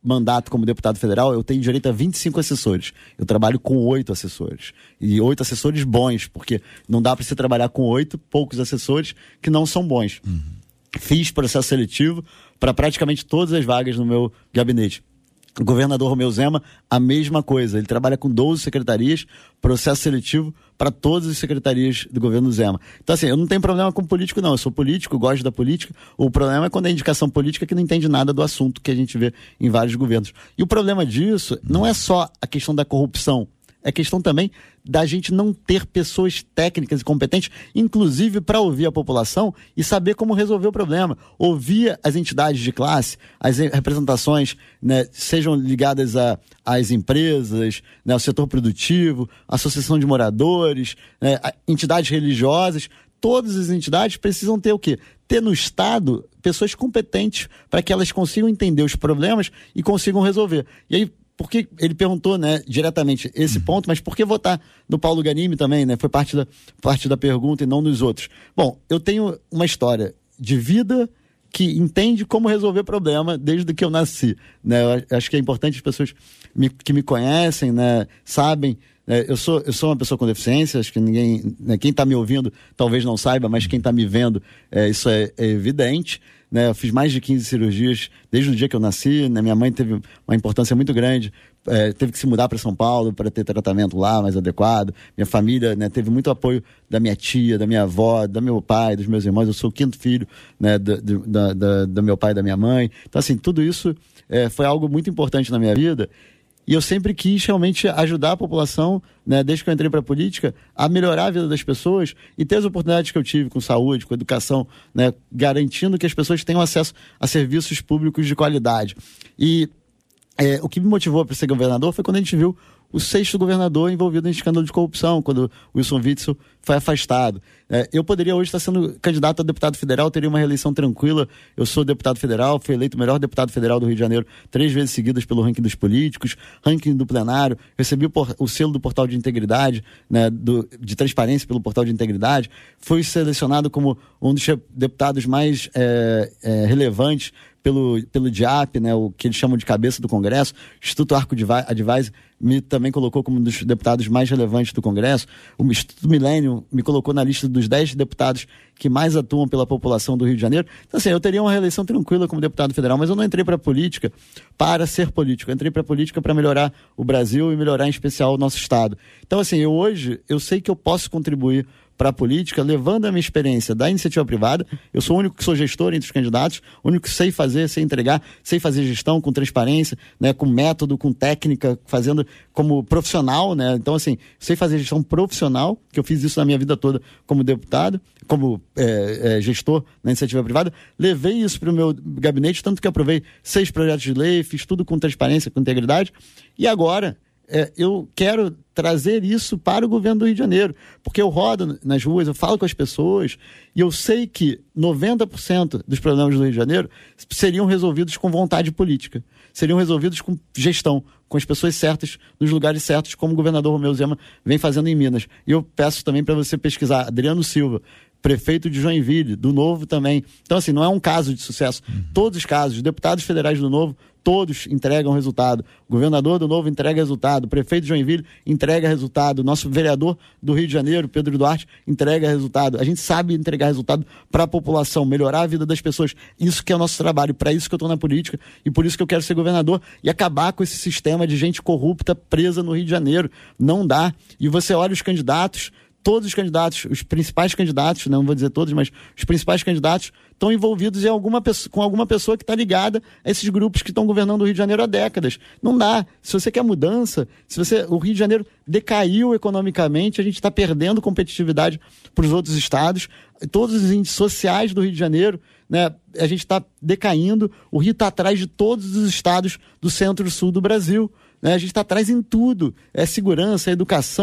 mandato como deputado federal, eu tenho direito a vinte e cinco assessores. Eu trabalho com oito assessores. E oito assessores bons, porque não dá para você trabalhar com oito, poucos assessores que não são bons. Uhum. Fiz processo seletivo para praticamente todas as vagas no meu gabinete. O governador Romeu Zema, a mesma coisa. Ele trabalha com doze secretarias, processo seletivo para todas as secretarias do governo Zema. Então, assim, eu não tenho problema com político, não. Eu sou político, gosto da política. O problema é quando é indicação política que não entende nada do assunto que a gente vê em vários governos. E o problema disso não é só a questão da corrupção. É questão também da gente não ter pessoas técnicas e competentes, inclusive para ouvir a população e saber como resolver o problema. Ouvir as entidades de classe, as representações, né, sejam ligadas a, às empresas, né, ao setor produtivo, associação de moradores, né, entidades religiosas. Todas as entidades precisam ter o quê? Ter no Estado pessoas competentes para que elas consigam entender os problemas e consigam resolver. E aí, porque ele perguntou, né, diretamente esse ponto, mas por que votar no Paulo Ganimi também, né? Foi parte da, parte da pergunta e não nos outros. Bom, eu tenho uma história de vida que entende como resolver problema desde que eu nasci, né? Eu acho que é importante as pessoas me, que me conhecem, né, sabem. É, eu, sou, eu sou uma pessoa com deficiência, acho que ninguém, né, quem está me ouvindo talvez não saiba, mas quem está me vendo, é, isso é, é evidente. Né, eu fiz mais de quinze cirurgias desde o dia que eu nasci, né, minha mãe teve uma importância muito grande, é, teve que se mudar para São Paulo para ter tratamento lá mais adequado. Minha família, né, teve muito apoio da minha tia, da minha avó, do meu pai, dos meus irmãos. Eu sou o quinto filho, né, do, do, da, da, do meu pai e da minha mãe. Então, assim, tudo isso é, foi algo muito importante na minha vida. E eu sempre quis realmente ajudar a população, né, desde que eu entrei para a política, a melhorar a vida das pessoas e ter as oportunidades que eu tive com saúde, com educação, né, garantindo que as pessoas tenham acesso a serviços públicos de qualidade. E é, o que me motivou para ser governador foi quando a gente viu o sexto governador envolvido em escândalo de corrupção, quando o Wilson Witzel foi afastado. É, eu poderia hoje estar sendo candidato a deputado federal, teria uma reeleição tranquila. Eu sou deputado federal, fui eleito o melhor deputado federal do Rio de Janeiro três vezes seguidas pelo ranking dos políticos, ranking do plenário, recebi o, por, o selo do Portal de Integridade, né, do, de transparência pelo Portal de Integridade, fui selecionado como um dos deputados mais é, é, relevantes pelo, pelo D I A P, né, o que eles chamam de cabeça do Congresso. O Instituto Arco Advise me também colocou como um dos deputados mais relevantes do Congresso. O Instituto Milênio me colocou na lista dos dez deputados que mais atuam pela população do Rio de Janeiro. Então, assim, eu teria uma reeleição tranquila como deputado federal, mas eu não entrei para a política para ser político. Eu entrei para a política para melhorar o Brasil e melhorar, em especial, o nosso Estado. Então, assim, eu hoje, eu sei que eu posso contribuir para a política, levando a minha experiência da iniciativa privada. Eu sou o único que sou gestor entre os candidatos, o único que sei fazer, sei entregar, sei fazer gestão com transparência, né, com método, com técnica, fazendo como profissional, né? Então, assim, sei fazer gestão profissional, que eu fiz isso na minha vida toda como deputado, como é, é, gestor na iniciativa privada. Levei isso para o meu gabinete, tanto que aprovei seis projetos de lei, fiz tudo com transparência, com integridade. E agora, é, eu quero trazer isso para o governo do Rio de Janeiro, porque eu rodo nas ruas, eu falo com as pessoas e eu sei que noventa por cento dos problemas do Rio de Janeiro seriam resolvidos com vontade política, seriam resolvidos com gestão, com as pessoas certas, nos lugares certos, como o governador Romeu Zema vem fazendo em Minas. E eu peço também para você pesquisar Adriano Silva, prefeito de Joinville, do Novo também. Então, assim, não é um caso de sucesso. Uhum. Todos os casos, deputados federais do Novo, todos entregam resultado. O governador do Novo entrega resultado. O prefeito de Joinville entrega resultado. Nosso vereador do Rio de Janeiro, Pedro Duarte, entrega resultado. A gente sabe entregar resultado para a população, melhorar a vida das pessoas. Isso que é o nosso trabalho. Para isso que eu estou na política e por isso que eu quero ser governador e acabar com esse sistema de gente corrupta presa no Rio de Janeiro. Não dá. E você olha os candidatos, todos os candidatos, os principais candidatos, não vou dizer todos, mas os principais candidatos estão envolvidos em alguma pessoa, com alguma pessoa que está ligada a esses grupos que estão governando o Rio de Janeiro há décadas. Não dá. Se você quer mudança, se você, o Rio de Janeiro decaiu economicamente, a gente está perdendo competitividade para os outros estados, todos os índices sociais do Rio de Janeiro, né, a gente está decaindo, o Rio está atrás de todos os estados do centro-sul do Brasil. A gente está atrás em tudo, é segurança, é educação,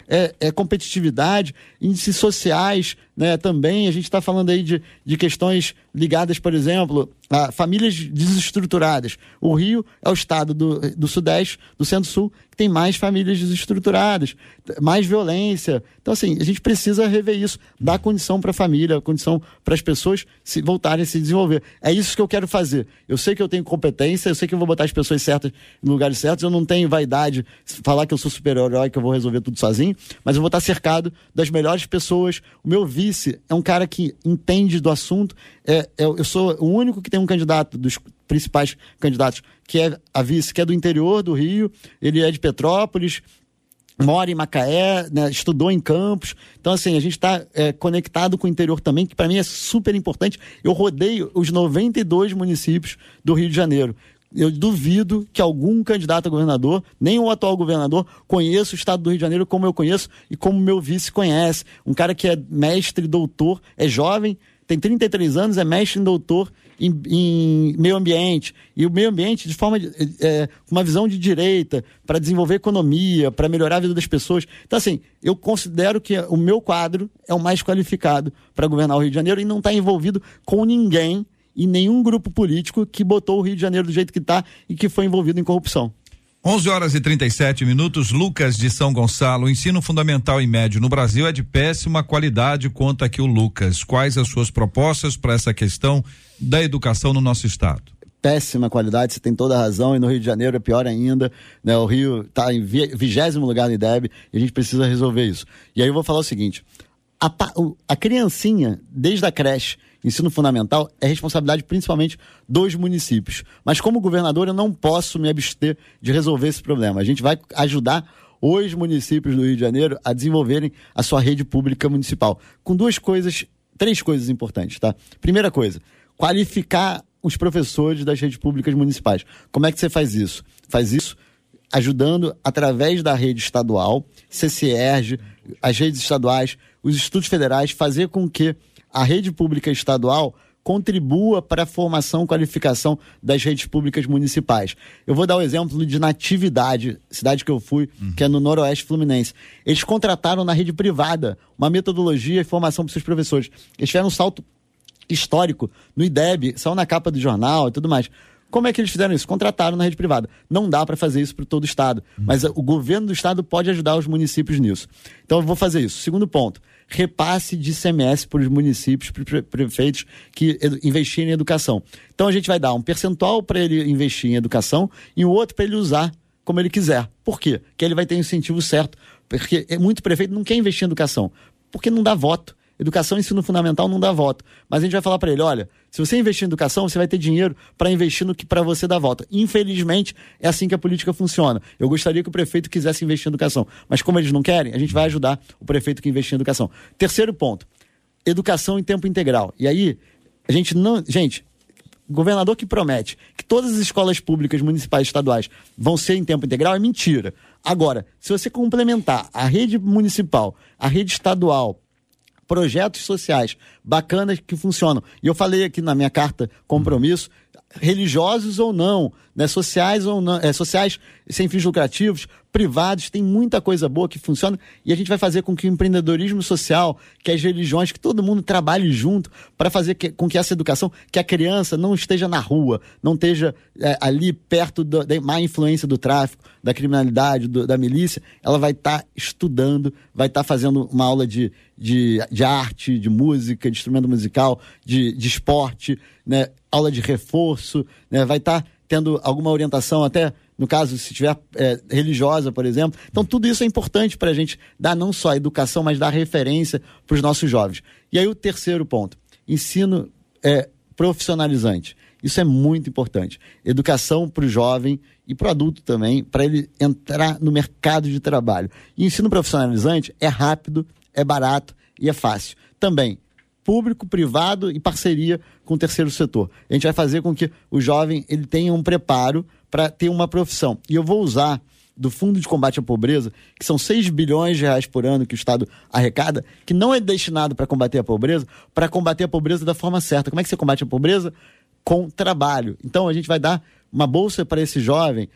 é, é competitividade, índices sociais, né, também. A gente está falando aí de, de questões ligadas, por exemplo, a famílias desestruturadas. O Rio é o estado do, do Sudeste, do Centro-Sul, que tem mais famílias desestruturadas, mais violência. Então, assim, a gente precisa rever isso, dar condição para a família, condição para as pessoas se voltarem a se desenvolver. É isso que eu quero fazer. Eu sei que eu tenho competência, eu sei que eu vou botar as pessoas certas no lugares certos, eu não tenho vaidade, falar que eu sou super-herói, que eu vou resolver tudo sozinho, mas eu vou estar cercado das melhores pessoas. O meu vice é um cara que entende do assunto, é, é, eu sou o único que tem um candidato dos principais candidatos, que é a vice, que é do interior do Rio, ele é de Petrópolis, mora em Macaé, né, estudou em Campos. Então, assim, a gente está é, conectado com o interior também, que para mim é super importante. Eu rodei os noventa e dois municípios do Rio de Janeiro. Eu duvido que algum candidato a governador, nem o atual governador, conheça o estado do Rio de Janeiro como eu conheço e como meu vice conhece. Um cara que é mestre, doutor, é jovem, tem trinta e três anos, é mestre e doutor em, em meio ambiente. E o meio ambiente de forma, é, uma visão de direita, para desenvolver economia, para melhorar a vida das pessoas. Então, assim, eu considero que o meu quadro é o mais qualificado para governar o Rio de Janeiro e não está envolvido com ninguém e nenhum grupo político que botou o Rio de Janeiro do jeito que está e que foi envolvido em corrupção. onze horas e trinta e sete minutos, Lucas de São Gonçalo. O ensino fundamental e médio no Brasil é de péssima qualidade, conta aqui o Lucas. Quais as suas propostas para essa questão da educação no nosso estado? Péssima qualidade, você tem toda a razão, e no Rio de Janeiro é pior ainda, né? O Rio está em vigésimo lugar no I D E B e a gente precisa resolver isso. E aí eu vou falar o seguinte, a, a criancinha, desde a creche, ensino fundamental, é responsabilidade principalmente dos municípios. Mas como governador eu não posso me abster de resolver esse problema. A gente vai ajudar os municípios do Rio de Janeiro a desenvolverem a sua rede pública municipal. Com duas coisas, três coisas importantes, tá? Primeira coisa, qualificar os professores das redes públicas municipais. Como é que você faz isso? Faz isso ajudando através da rede estadual, C C E R G, as redes estaduais, os institutos federais, fazer com que a rede pública estadual contribua para a formação e qualificação das redes públicas municipais. Eu vou dar o exemplo de Natividade, cidade que eu fui, uhum. que é no Noroeste Fluminense. Eles contrataram na rede privada uma metodologia e formação para os seus professores. Eles tiveram um salto histórico no I D E B, saiu na capa do jornal e tudo mais. Como é que eles fizeram isso? Contrataram na rede privada. Não dá para fazer isso para todo o estado, uhum. mas o governo do estado pode ajudar os municípios nisso. Então eu vou fazer isso. Segundo ponto, repasse de I C M S para os municípios, para prefeitos que investirem em educação. Então a gente vai dar um percentual para ele investir em educação e o outro para ele usar como ele quiser. Por quê? Porque ele vai ter o incentivo certo. Porque muito prefeito não quer investir em educação, porque não dá voto. Educação e ensino fundamental não dá voto. Mas a gente vai falar para ele, olha, se você investir em educação, você vai ter dinheiro para investir no que para você dá voto. Infelizmente, é assim que a política funciona. Eu gostaria que o prefeito quisesse investir em educação. Mas como eles não querem, a gente vai ajudar o prefeito que investir em educação. Terceiro ponto, educação em tempo integral. E aí, a gente não... Gente, governador que promete que todas as escolas públicas, municipais e estaduais vão ser em tempo integral é mentira. Agora, se você complementar a rede municipal, a rede estadual, projetos sociais bacanas que funcionam. E eu falei aqui na minha carta compromisso, religiosos ou não, né, sociais ou não, é, sociais sem fins lucrativos, privados, tem muita coisa boa que funciona e a gente vai fazer com que o empreendedorismo social, que as religiões, que todo mundo trabalhe junto para fazer que, com que essa educação, que a criança não esteja na rua, não esteja é, ali perto do, da má influência do tráfico, da criminalidade, do, da milícia, ela vai estar tá estudando, vai estar tá fazendo uma aula de, de, de arte, de música, de instrumento musical, de, de esporte, né, aula de reforço, né, vai estar tá tendo alguma orientação até, no caso, se tiver é, religiosa, por exemplo. Então, tudo isso é importante para a gente dar não só a educação, mas dar referência para os nossos jovens. E aí o terceiro ponto, ensino é, profissionalizante. Isso é muito importante. Educação para o jovem e para o adulto também, para ele entrar no mercado de trabalho. E ensino profissionalizante é rápido, é barato e é fácil. Também, público, privado e parceria com o terceiro setor. A gente vai fazer com que o jovem ele tenha um preparo para ter uma profissão. E eu vou usar do Fundo de Combate à Pobreza, que são seis bilhões de reais por ano que o Estado arrecada, que não é destinado para combater a pobreza, para combater a pobreza da forma certa. Como é que você combate a pobreza? Com trabalho. Então a gente vai dar uma bolsa para esse jovem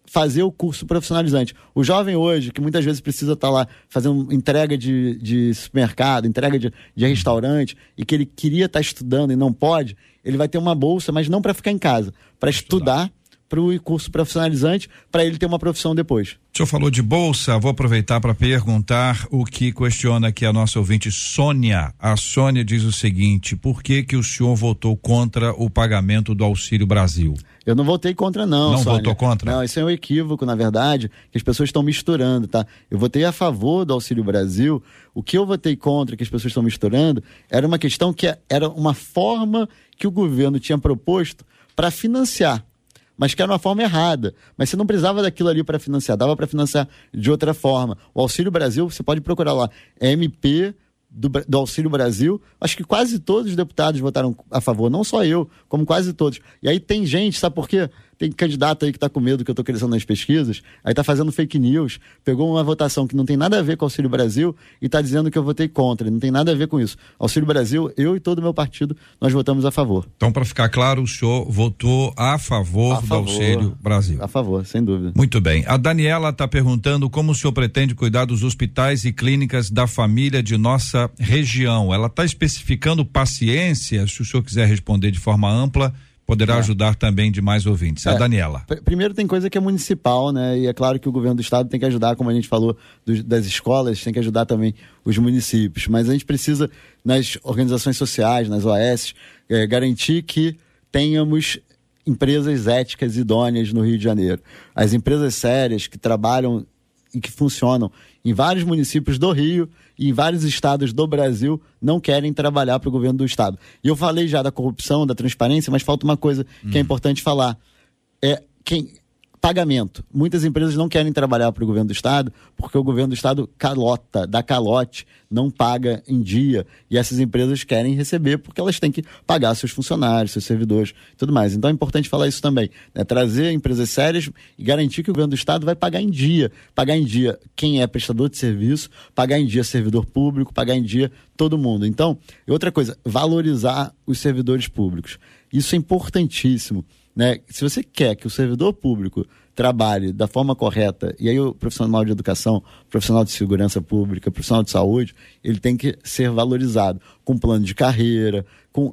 fazer o curso profissionalizante. O jovem hoje, que muitas vezes precisa estar lá fazendo entrega de, de supermercado, entrega de, de restaurante, e que ele queria estar estudando e não pode, ele vai ter uma bolsa, mas não para ficar em casa, para estudar para o curso profissionalizante, para ele ter uma profissão depois. O senhor falou de bolsa, vou aproveitar para perguntar o que questiona aqui a nossa ouvinte Sônia. A Sônia diz o seguinte: por que que o senhor votou contra o pagamento do Auxílio Brasil? Eu não votei contra, não. Não Sônia. votou contra? Não, isso é um equívoco, na verdade, que as pessoas estão misturando, tá? Eu votei a favor do Auxílio Brasil. O que eu votei contra, que as pessoas estão misturando, era uma questão que era uma forma que o governo tinha proposto para financiar, mas que era uma forma errada. Mas você não precisava daquilo ali para financiar, dava para financiar de outra forma. O Auxílio Brasil, você pode procurar lá, M P do, do Auxílio Brasil, acho que quase todos os deputados votaram a favor, não só eu, como quase todos. E aí tem gente, sabe por quê? Tem candidato aí que tá com medo que eu tô crescendo nas pesquisas, aí tá fazendo fake news, pegou uma votação que não tem nada a ver com o Auxílio Brasil e tá dizendo que eu votei contra, não tem nada a ver com isso. Auxílio Brasil, eu e todo o meu partido, nós votamos a favor. Então, para ficar claro, o senhor votou a favor, a favor do Auxílio Brasil. A favor, sem dúvida. Muito bem. A Daniela tá perguntando como o senhor pretende cuidar dos hospitais e clínicas da família de nossa região. Ela tá especificando paciência, se o senhor quiser responder de forma ampla, poderá é. ajudar também demais ouvintes. É. A Daniela. Primeiro tem coisa que é municipal, né? E é claro que o governo do estado tem que ajudar, como a gente falou, dos, das escolas, tem que ajudar também os municípios. Mas a gente precisa, nas organizações sociais, nas O S, é, garantir que tenhamos empresas éticas e idôneas no Rio de Janeiro. As empresas sérias que trabalham e que funcionam em vários municípios do Rio e em vários estados do Brasil não querem trabalhar para o governo do estado. E eu falei já da corrupção, da transparência, mas falta uma coisa hum. que é importante falar. É quem pagamento. Muitas empresas não querem trabalhar para o governo do estado porque o governo do estado calota, dá calote, não paga em dia. E essas empresas querem receber porque elas têm que pagar seus funcionários, seus servidores e tudo mais. Então é importante falar isso também, né? Trazer empresas sérias e garantir que o governo do estado vai pagar em dia. Pagar em dia quem é prestador de serviço, pagar em dia servidor público, pagar em dia todo mundo. Então, outra coisa, valorizar os servidores públicos. Isso é importantíssimo, né? Se você quer que o servidor público trabalhe da forma correta, e aí o profissional de educação, profissional de segurança pública, profissional de saúde, ele tem que ser valorizado com plano de carreira, com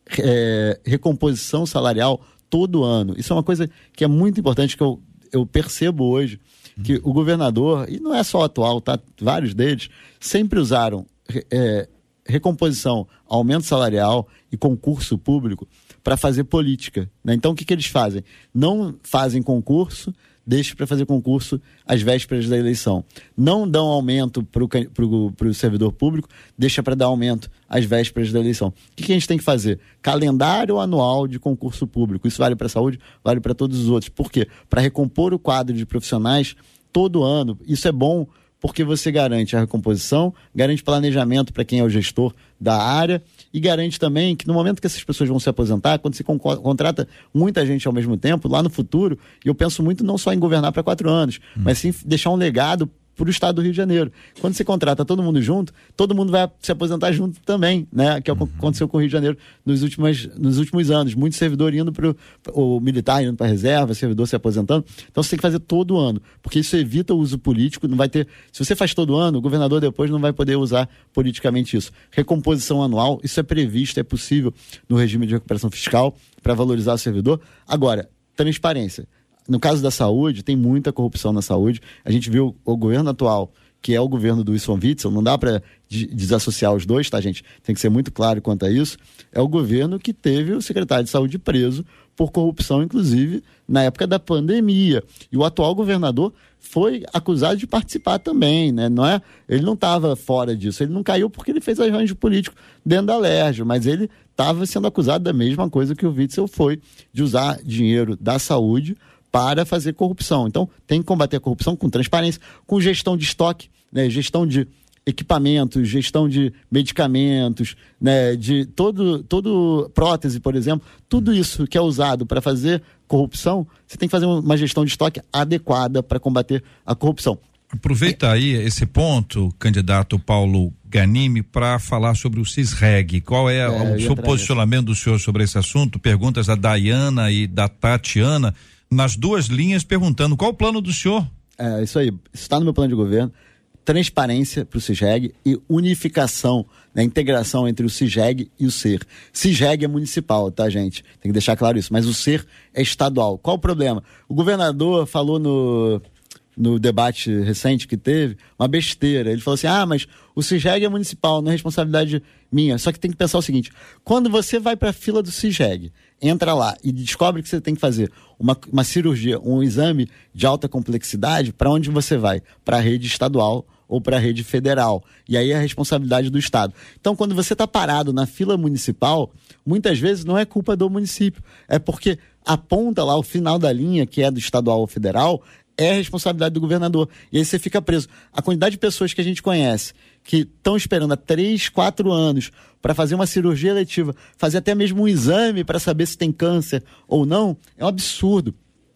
é, recomposição salarial todo ano. Isso é uma coisa que é muito importante, que eu, eu percebo hoje, que o governador, e não é só o atual, tá? Vários deles, sempre usaram é, recomposição, aumento salarial e concurso público para fazer política, né? Então o que, que eles fazem? Não fazem concurso, deixam para fazer concurso às vésperas da eleição. Não dão aumento para o servidor público, deixa para dar aumento às vésperas da eleição. O que, que a gente tem que fazer? Calendário anual de concurso público. Isso vale para a saúde, vale para todos os outros. Por quê? Para recompor o quadro de profissionais todo ano. Isso é bom porque você garante a recomposição, garante planejamento para quem é o gestor da área e garante também que no momento que essas pessoas vão se aposentar, quando você con- contrata muita gente ao mesmo tempo, lá no futuro, e eu penso muito não só em governar para quatro anos, hum. mas sim deixar um legado para o estado do Rio de Janeiro. Quando você contrata todo mundo junto, todo mundo vai se aposentar junto também, né? Que é o que uhum. aconteceu com o Rio de Janeiro nos últimos, nos últimos anos. Muito servidor indo para o militar, indo para a reserva, servidor se aposentando. Então você tem que fazer todo ano, porque isso evita o uso político. Não vai ter. Se você faz todo ano, o governador depois não vai poder usar politicamente isso. Recomposição anual, isso é previsto, é possível no regime de recuperação fiscal para valorizar o servidor. Agora, transparência. No caso da saúde, tem muita corrupção na saúde. A gente viu o governo atual, que é o governo do Wilson Witzel, não dá para desassociar os dois, tá, gente? Tem que ser muito claro quanto a isso. É o governo que teve o secretário de saúde preso por corrupção, inclusive, na época da pandemia. E o atual governador foi acusado de participar também, né? Não é, ele não estava fora disso, ele não caiu porque ele fez arranjo político dentro da Lerge, mas ele estava sendo acusado da mesma coisa que o Witzel foi, de usar dinheiro da saúde para fazer corrupção. Então, tem que combater a corrupção com transparência, com gestão de estoque, né? Gestão de equipamentos, gestão de medicamentos, né? De todo, todo prótese, por exemplo, tudo isso que é usado para fazer corrupção, você tem que fazer uma gestão de estoque adequada para combater a corrupção. Aproveita aí esse ponto, candidato Paulo Ganimi, para falar sobre o CISREG. Qual é, é o seu posicionamento do senhor sobre esse assunto? Perguntas da Dayana e da Tatiana. nas duas linhas perguntando qual o plano do senhor. É, isso aí, isso está no meu plano de governo. Transparência para o CISREG e unificação, né, integração entre o CISREG e o SER. CISREG é municipal, tá, gente? Tem que deixar claro isso, mas o SER é estadual. Qual o problema? O governador falou no, no debate recente que teve uma besteira. Ele falou assim, ah, mas o CISREG é municipal, não é responsabilidade minha. Só que tem que pensar o seguinte, quando você vai para a fila do CISREG, entra lá e descobre que você tem que fazer uma, uma cirurgia, um exame de alta complexidade, para onde você vai? Para a rede estadual ou para a rede federal. E aí é a responsabilidade do Estado. Então, quando você está parado na fila municipal, muitas vezes não é culpa do município. É porque aponta lá o final da linha, que é do estadual ou federal, é a responsabilidade do governador. E aí você fica preso. A quantidade de pessoas que a gente conhece que estão esperando há três, quatro anos para fazer uma cirurgia eletiva, fazer até mesmo um exame para saber se tem câncer ou não, é um absurdo.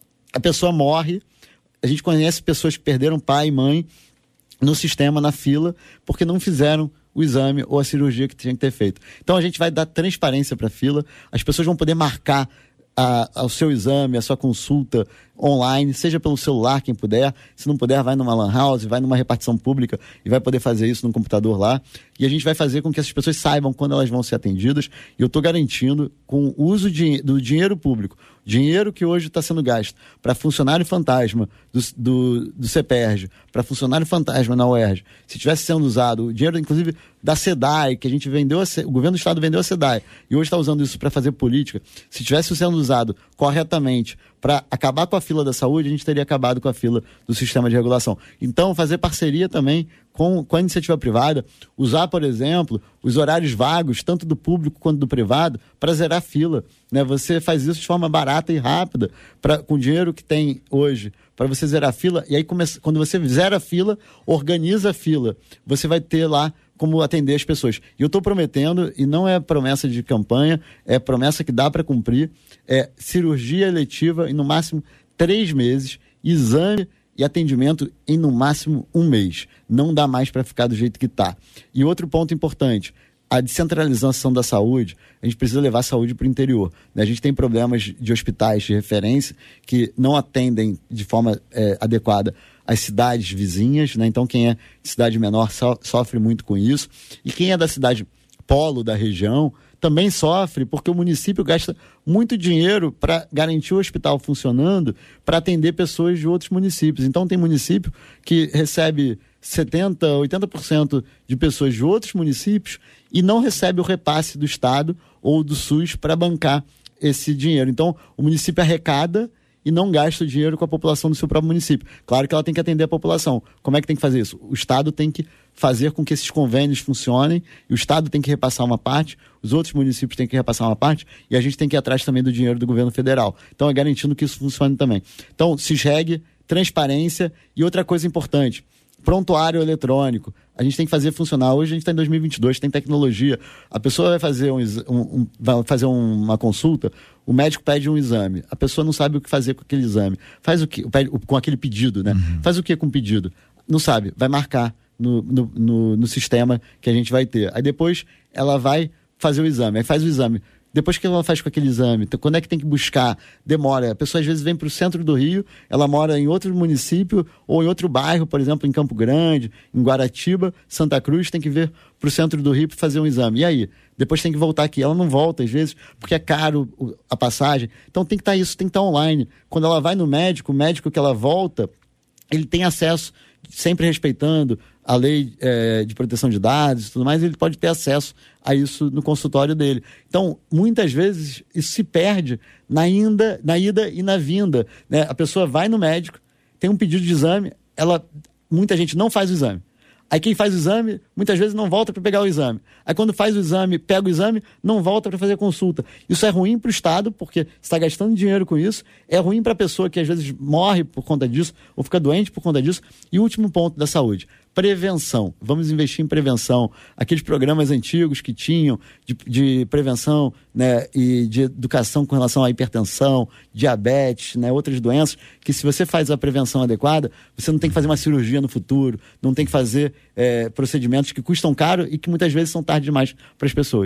A pessoa morre. A gente conhece pessoas que perderam pai e mãe no sistema, na fila, porque não fizeram o exame ou a cirurgia que tinha que ter feito. Então a gente vai dar transparência para a fila, as pessoas vão poder marcar a, a, o seu exame, a sua consulta online, seja pelo celular, quem puder. Se não puder, vai numa lan house, vai numa repartição pública e vai poder fazer isso no computador lá. E a gente vai fazer com que essas pessoas saibam quando elas vão ser atendidas. E eu estou garantindo, com o uso de, do dinheiro público, dinheiro que hoje está sendo gasto para funcionário fantasma do, do, do CEPERJ, para funcionário fantasma na U E R J, se tivesse sendo usado o dinheiro, inclusive, da SEDAI, que a gente vendeu, a, o governo do estado vendeu a SEDAI, e hoje está usando isso para fazer política, se tivesse sendo usado corretamente para acabar com a fila da saúde, a gente teria acabado com a fila do sistema de regulação. Então, fazer parceria também com, com a iniciativa privada, usar, por exemplo, os horários vagos, tanto do público quanto do privado, para zerar a fila. Né? Você faz isso de forma barata e rápida, pra, com o dinheiro que tem hoje, para você zerar a fila, e aí começa, quando você zera a fila, organiza a fila, você vai ter lá como atender as pessoas. E eu estou prometendo, e não é promessa de campanha, é promessa que dá para cumprir, é cirurgia eletiva em no máximo três meses, exame e atendimento em no máximo um mês. Não dá mais para ficar do jeito que está. E outro ponto importante, a descentralização da saúde, a gente precisa levar a saúde para o interior. Né? A gente tem problemas de hospitais de referência que não atendem de forma é, adequada as cidades vizinhas, né? Então quem é de cidade menor so, sofre muito com isso, e quem é da cidade polo da região também sofre, porque o município gasta muito dinheiro para garantir o hospital funcionando, para atender pessoas de outros municípios. Então tem município que recebe setenta por cento, oitenta por cento de pessoas de outros municípios e não recebe o repasse do Estado ou do SUS para bancar esse dinheiro. Então o município arrecada e não gasta o dinheiro com a população do seu próprio município. Claro que ela tem que atender a população. Como é que tem que fazer isso? O Estado tem que fazer com que esses convênios funcionem, e o Estado tem que repassar uma parte, os outros municípios têm que repassar uma parte, e a gente tem que ir atrás também do dinheiro do governo federal. Então é garantindo que isso funcione também. Então, CISREG, transparência e outra coisa importante, prontuário eletrônico. A gente tem que fazer funcionar. Hoje a gente está em dois mil e vinte e dois, tem tecnologia. A pessoa vai fazer, um, um, um, vai fazer uma consulta, o médico pede um exame. A pessoa não sabe o que fazer com aquele exame. Faz o que? Com aquele pedido, né? Uhum. Faz o que com o pedido? Não sabe. Vai marcar no, no, no, no sistema que a gente vai ter. Aí depois ela vai fazer o exame. Aí faz o exame. Depois que ela faz com aquele exame, então, quando é que tem que buscar? Demora. A pessoa às vezes vem para o centro do Rio, ela mora em outro município ou em outro bairro, por exemplo, em Campo Grande, em Guaratiba, Santa Cruz, tem que vir para o centro do Rio para fazer um exame. E aí? Depois tem que voltar aqui. Ela não volta, às vezes, porque é caro a passagem. Então tem que estar isso, tem que estar online. Quando ela vai no médico, o médico que ela volta, ele tem acesso, sempre respeitando a lei é, de proteção de dados e tudo mais, ele pode ter acesso a isso no consultório dele. Então, muitas vezes, isso se perde na ida, na ida e na vinda. Né? A pessoa vai no médico, tem um pedido de exame, ela, muita gente não faz o exame. Aí quem faz o exame, muitas vezes não volta para pegar o exame. Aí quando faz o exame, pega o exame, não volta para fazer a consulta. Isso é ruim para o Estado, porque está gastando dinheiro com isso. É ruim para a pessoa que às vezes morre por conta disso, ou fica doente por conta disso. E o último ponto da saúde, prevenção. Vamos investir em prevenção. Aqueles programas antigos que tinham de, de prevenção, né, e de educação com relação à hipertensão, diabetes, né, outras doenças, que se você faz a prevenção adequada, você não tem que fazer uma cirurgia no futuro, não tem que fazer é, procedimentos que custam caro e que muitas vezes são tarde demais para as pessoas.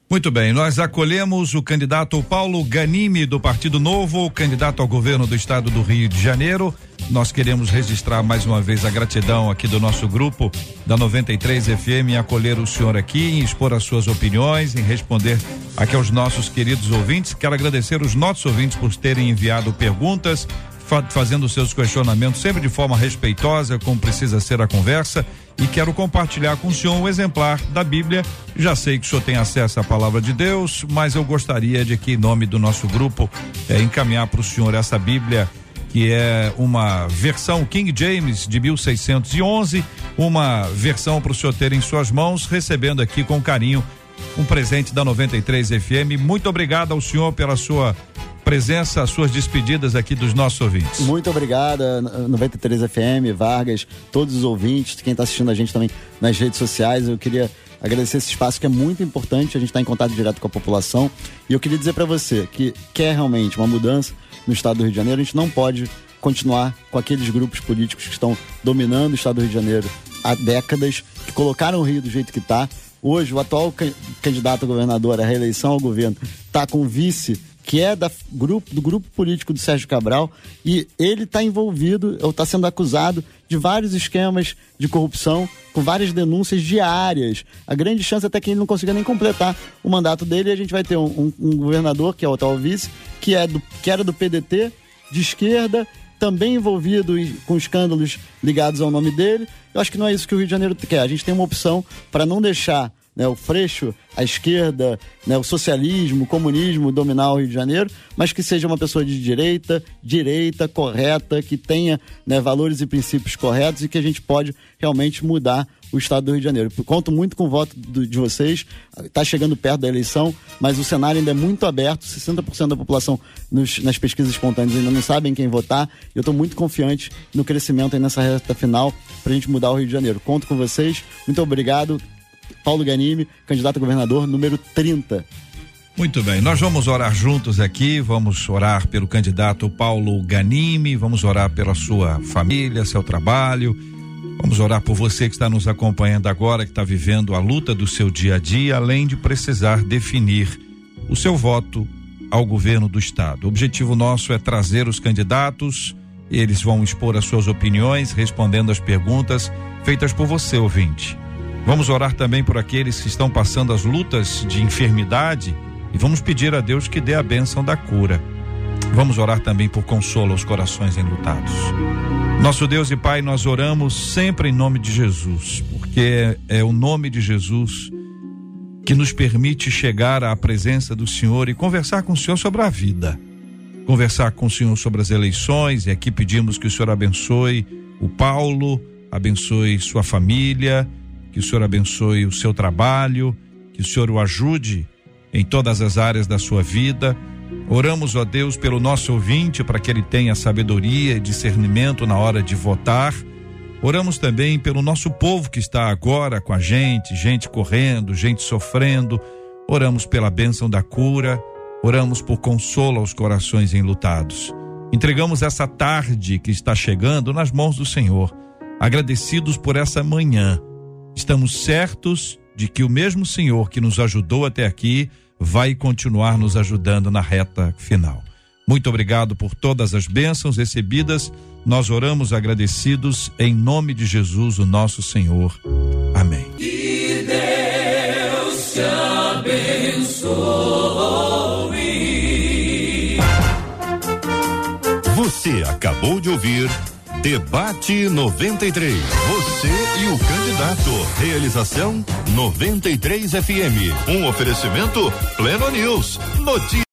Muito bem, nós acolhemos o candidato Paulo Ganimi, do Partido Novo, candidato ao governo do estado do Rio de Janeiro. Nós queremos registrar mais uma vez a gratidão aqui do nosso grupo da noventa e três F M em acolher o senhor aqui, em expor as suas opiniões, em responder aqui aos nossos queridos ouvintes. Quero agradecer os nossos ouvintes por terem enviado perguntas, fazendo seus questionamentos sempre de forma respeitosa, como precisa ser a conversa, e quero compartilhar com o senhor um exemplar da Bíblia. Já sei que o senhor tem acesso à palavra de Deus, mas eu gostaria de que, em nome do nosso grupo, eh, encaminhar para o senhor essa Bíblia, que é uma versão King James de mil seiscentos e onze, uma versão para o senhor ter em suas mãos, recebendo aqui com carinho um presente da noventa e três F M. Muito obrigado ao senhor pela sua presença, as suas despedidas aqui dos nossos ouvintes. Muito obrigado, noventa e três F M, Vargas, todos os ouvintes, quem está assistindo a gente também nas redes sociais. Eu queria agradecer esse espaço que é muito importante, a gente está em contato direto com a população, e eu queria dizer para você que quer realmente uma mudança no estado do Rio de Janeiro, a gente não pode continuar com aqueles grupos políticos que estão dominando o estado do Rio de Janeiro há décadas, que colocaram o Rio do jeito que está. Hoje o atual candidato a governador à reeleição ao governo está com vice que é da grupo, do grupo político do Sérgio Cabral, e ele está envolvido, ou está sendo acusado de vários esquemas de corrupção, com várias denúncias diárias. A grande chance até que ele não consiga nem completar o mandato dele, e a gente vai ter um, um, um governador, que é o atual vice, que, é do, que era do P D T, de esquerda, também envolvido com escândalos ligados ao nome dele. Eu acho que não é isso que o Rio de Janeiro quer. A gente tem uma opção para não deixar, né, o Freixo, a esquerda, né, o socialismo, o comunismo dominar o Rio de Janeiro, mas que seja uma pessoa de direita, direita, correta, que tenha, né, valores e princípios corretos, e que a gente pode realmente mudar o estado do Rio de Janeiro. Eu conto muito com o voto do, de vocês, está chegando perto da eleição, mas o cenário ainda é muito aberto, sessenta por cento da população nos, nas pesquisas espontâneas ainda não sabem quem votar, e eu estou muito confiante no crescimento aí nessa reta final para a gente mudar o Rio de Janeiro. Conto com vocês, muito obrigado. Paulo Ganimi, candidato a governador, número trinta. Muito bem, nós vamos orar juntos aqui, vamos orar pelo candidato Paulo Ganimi, vamos orar pela sua família, seu trabalho, vamos orar por você que está nos acompanhando agora, que está vivendo a luta do seu dia a dia, além de precisar definir o seu voto ao governo do estado. O objetivo nosso é trazer os candidatos, eles vão expor as suas opiniões, respondendo as perguntas feitas por você, ouvinte. Vamos orar também por aqueles que estão passando as lutas de enfermidade e vamos pedir a Deus que dê a bênção da cura. Vamos orar também por consolo aos corações enlutados. Nosso Deus e Pai, nós oramos sempre em nome de Jesus, porque é o nome de Jesus que nos permite chegar à presença do Senhor e conversar com o Senhor sobre a vida, conversar com o Senhor sobre as eleições, e aqui pedimos que o Senhor abençoe o Paulo, abençoe sua família, que o Senhor abençoe o seu trabalho, que o Senhor o ajude em todas as áreas da sua vida. Oramos, ó Deus, pelo nosso ouvinte, para que ele tenha sabedoria e discernimento na hora de votar. Oramos também pelo nosso povo que está agora com a gente, gente correndo, gente sofrendo. Oramos pela bênção da cura, oramos por consolo aos corações enlutados. Entregamos essa tarde que está chegando nas mãos do Senhor, agradecidos por essa manhã. Estamos certos de que o mesmo Senhor que nos ajudou até aqui vai continuar nos ajudando na reta final. Muito obrigado por todas as bênçãos recebidas. Nós oramos agradecidos em nome de Jesus, o nosso Senhor. Amém. Que Deus te abençoe. Você acabou de ouvir Debate noventa e três. Você e o candidato. Realização noventa e três F M. Um oferecimento Pleno News. Notícias.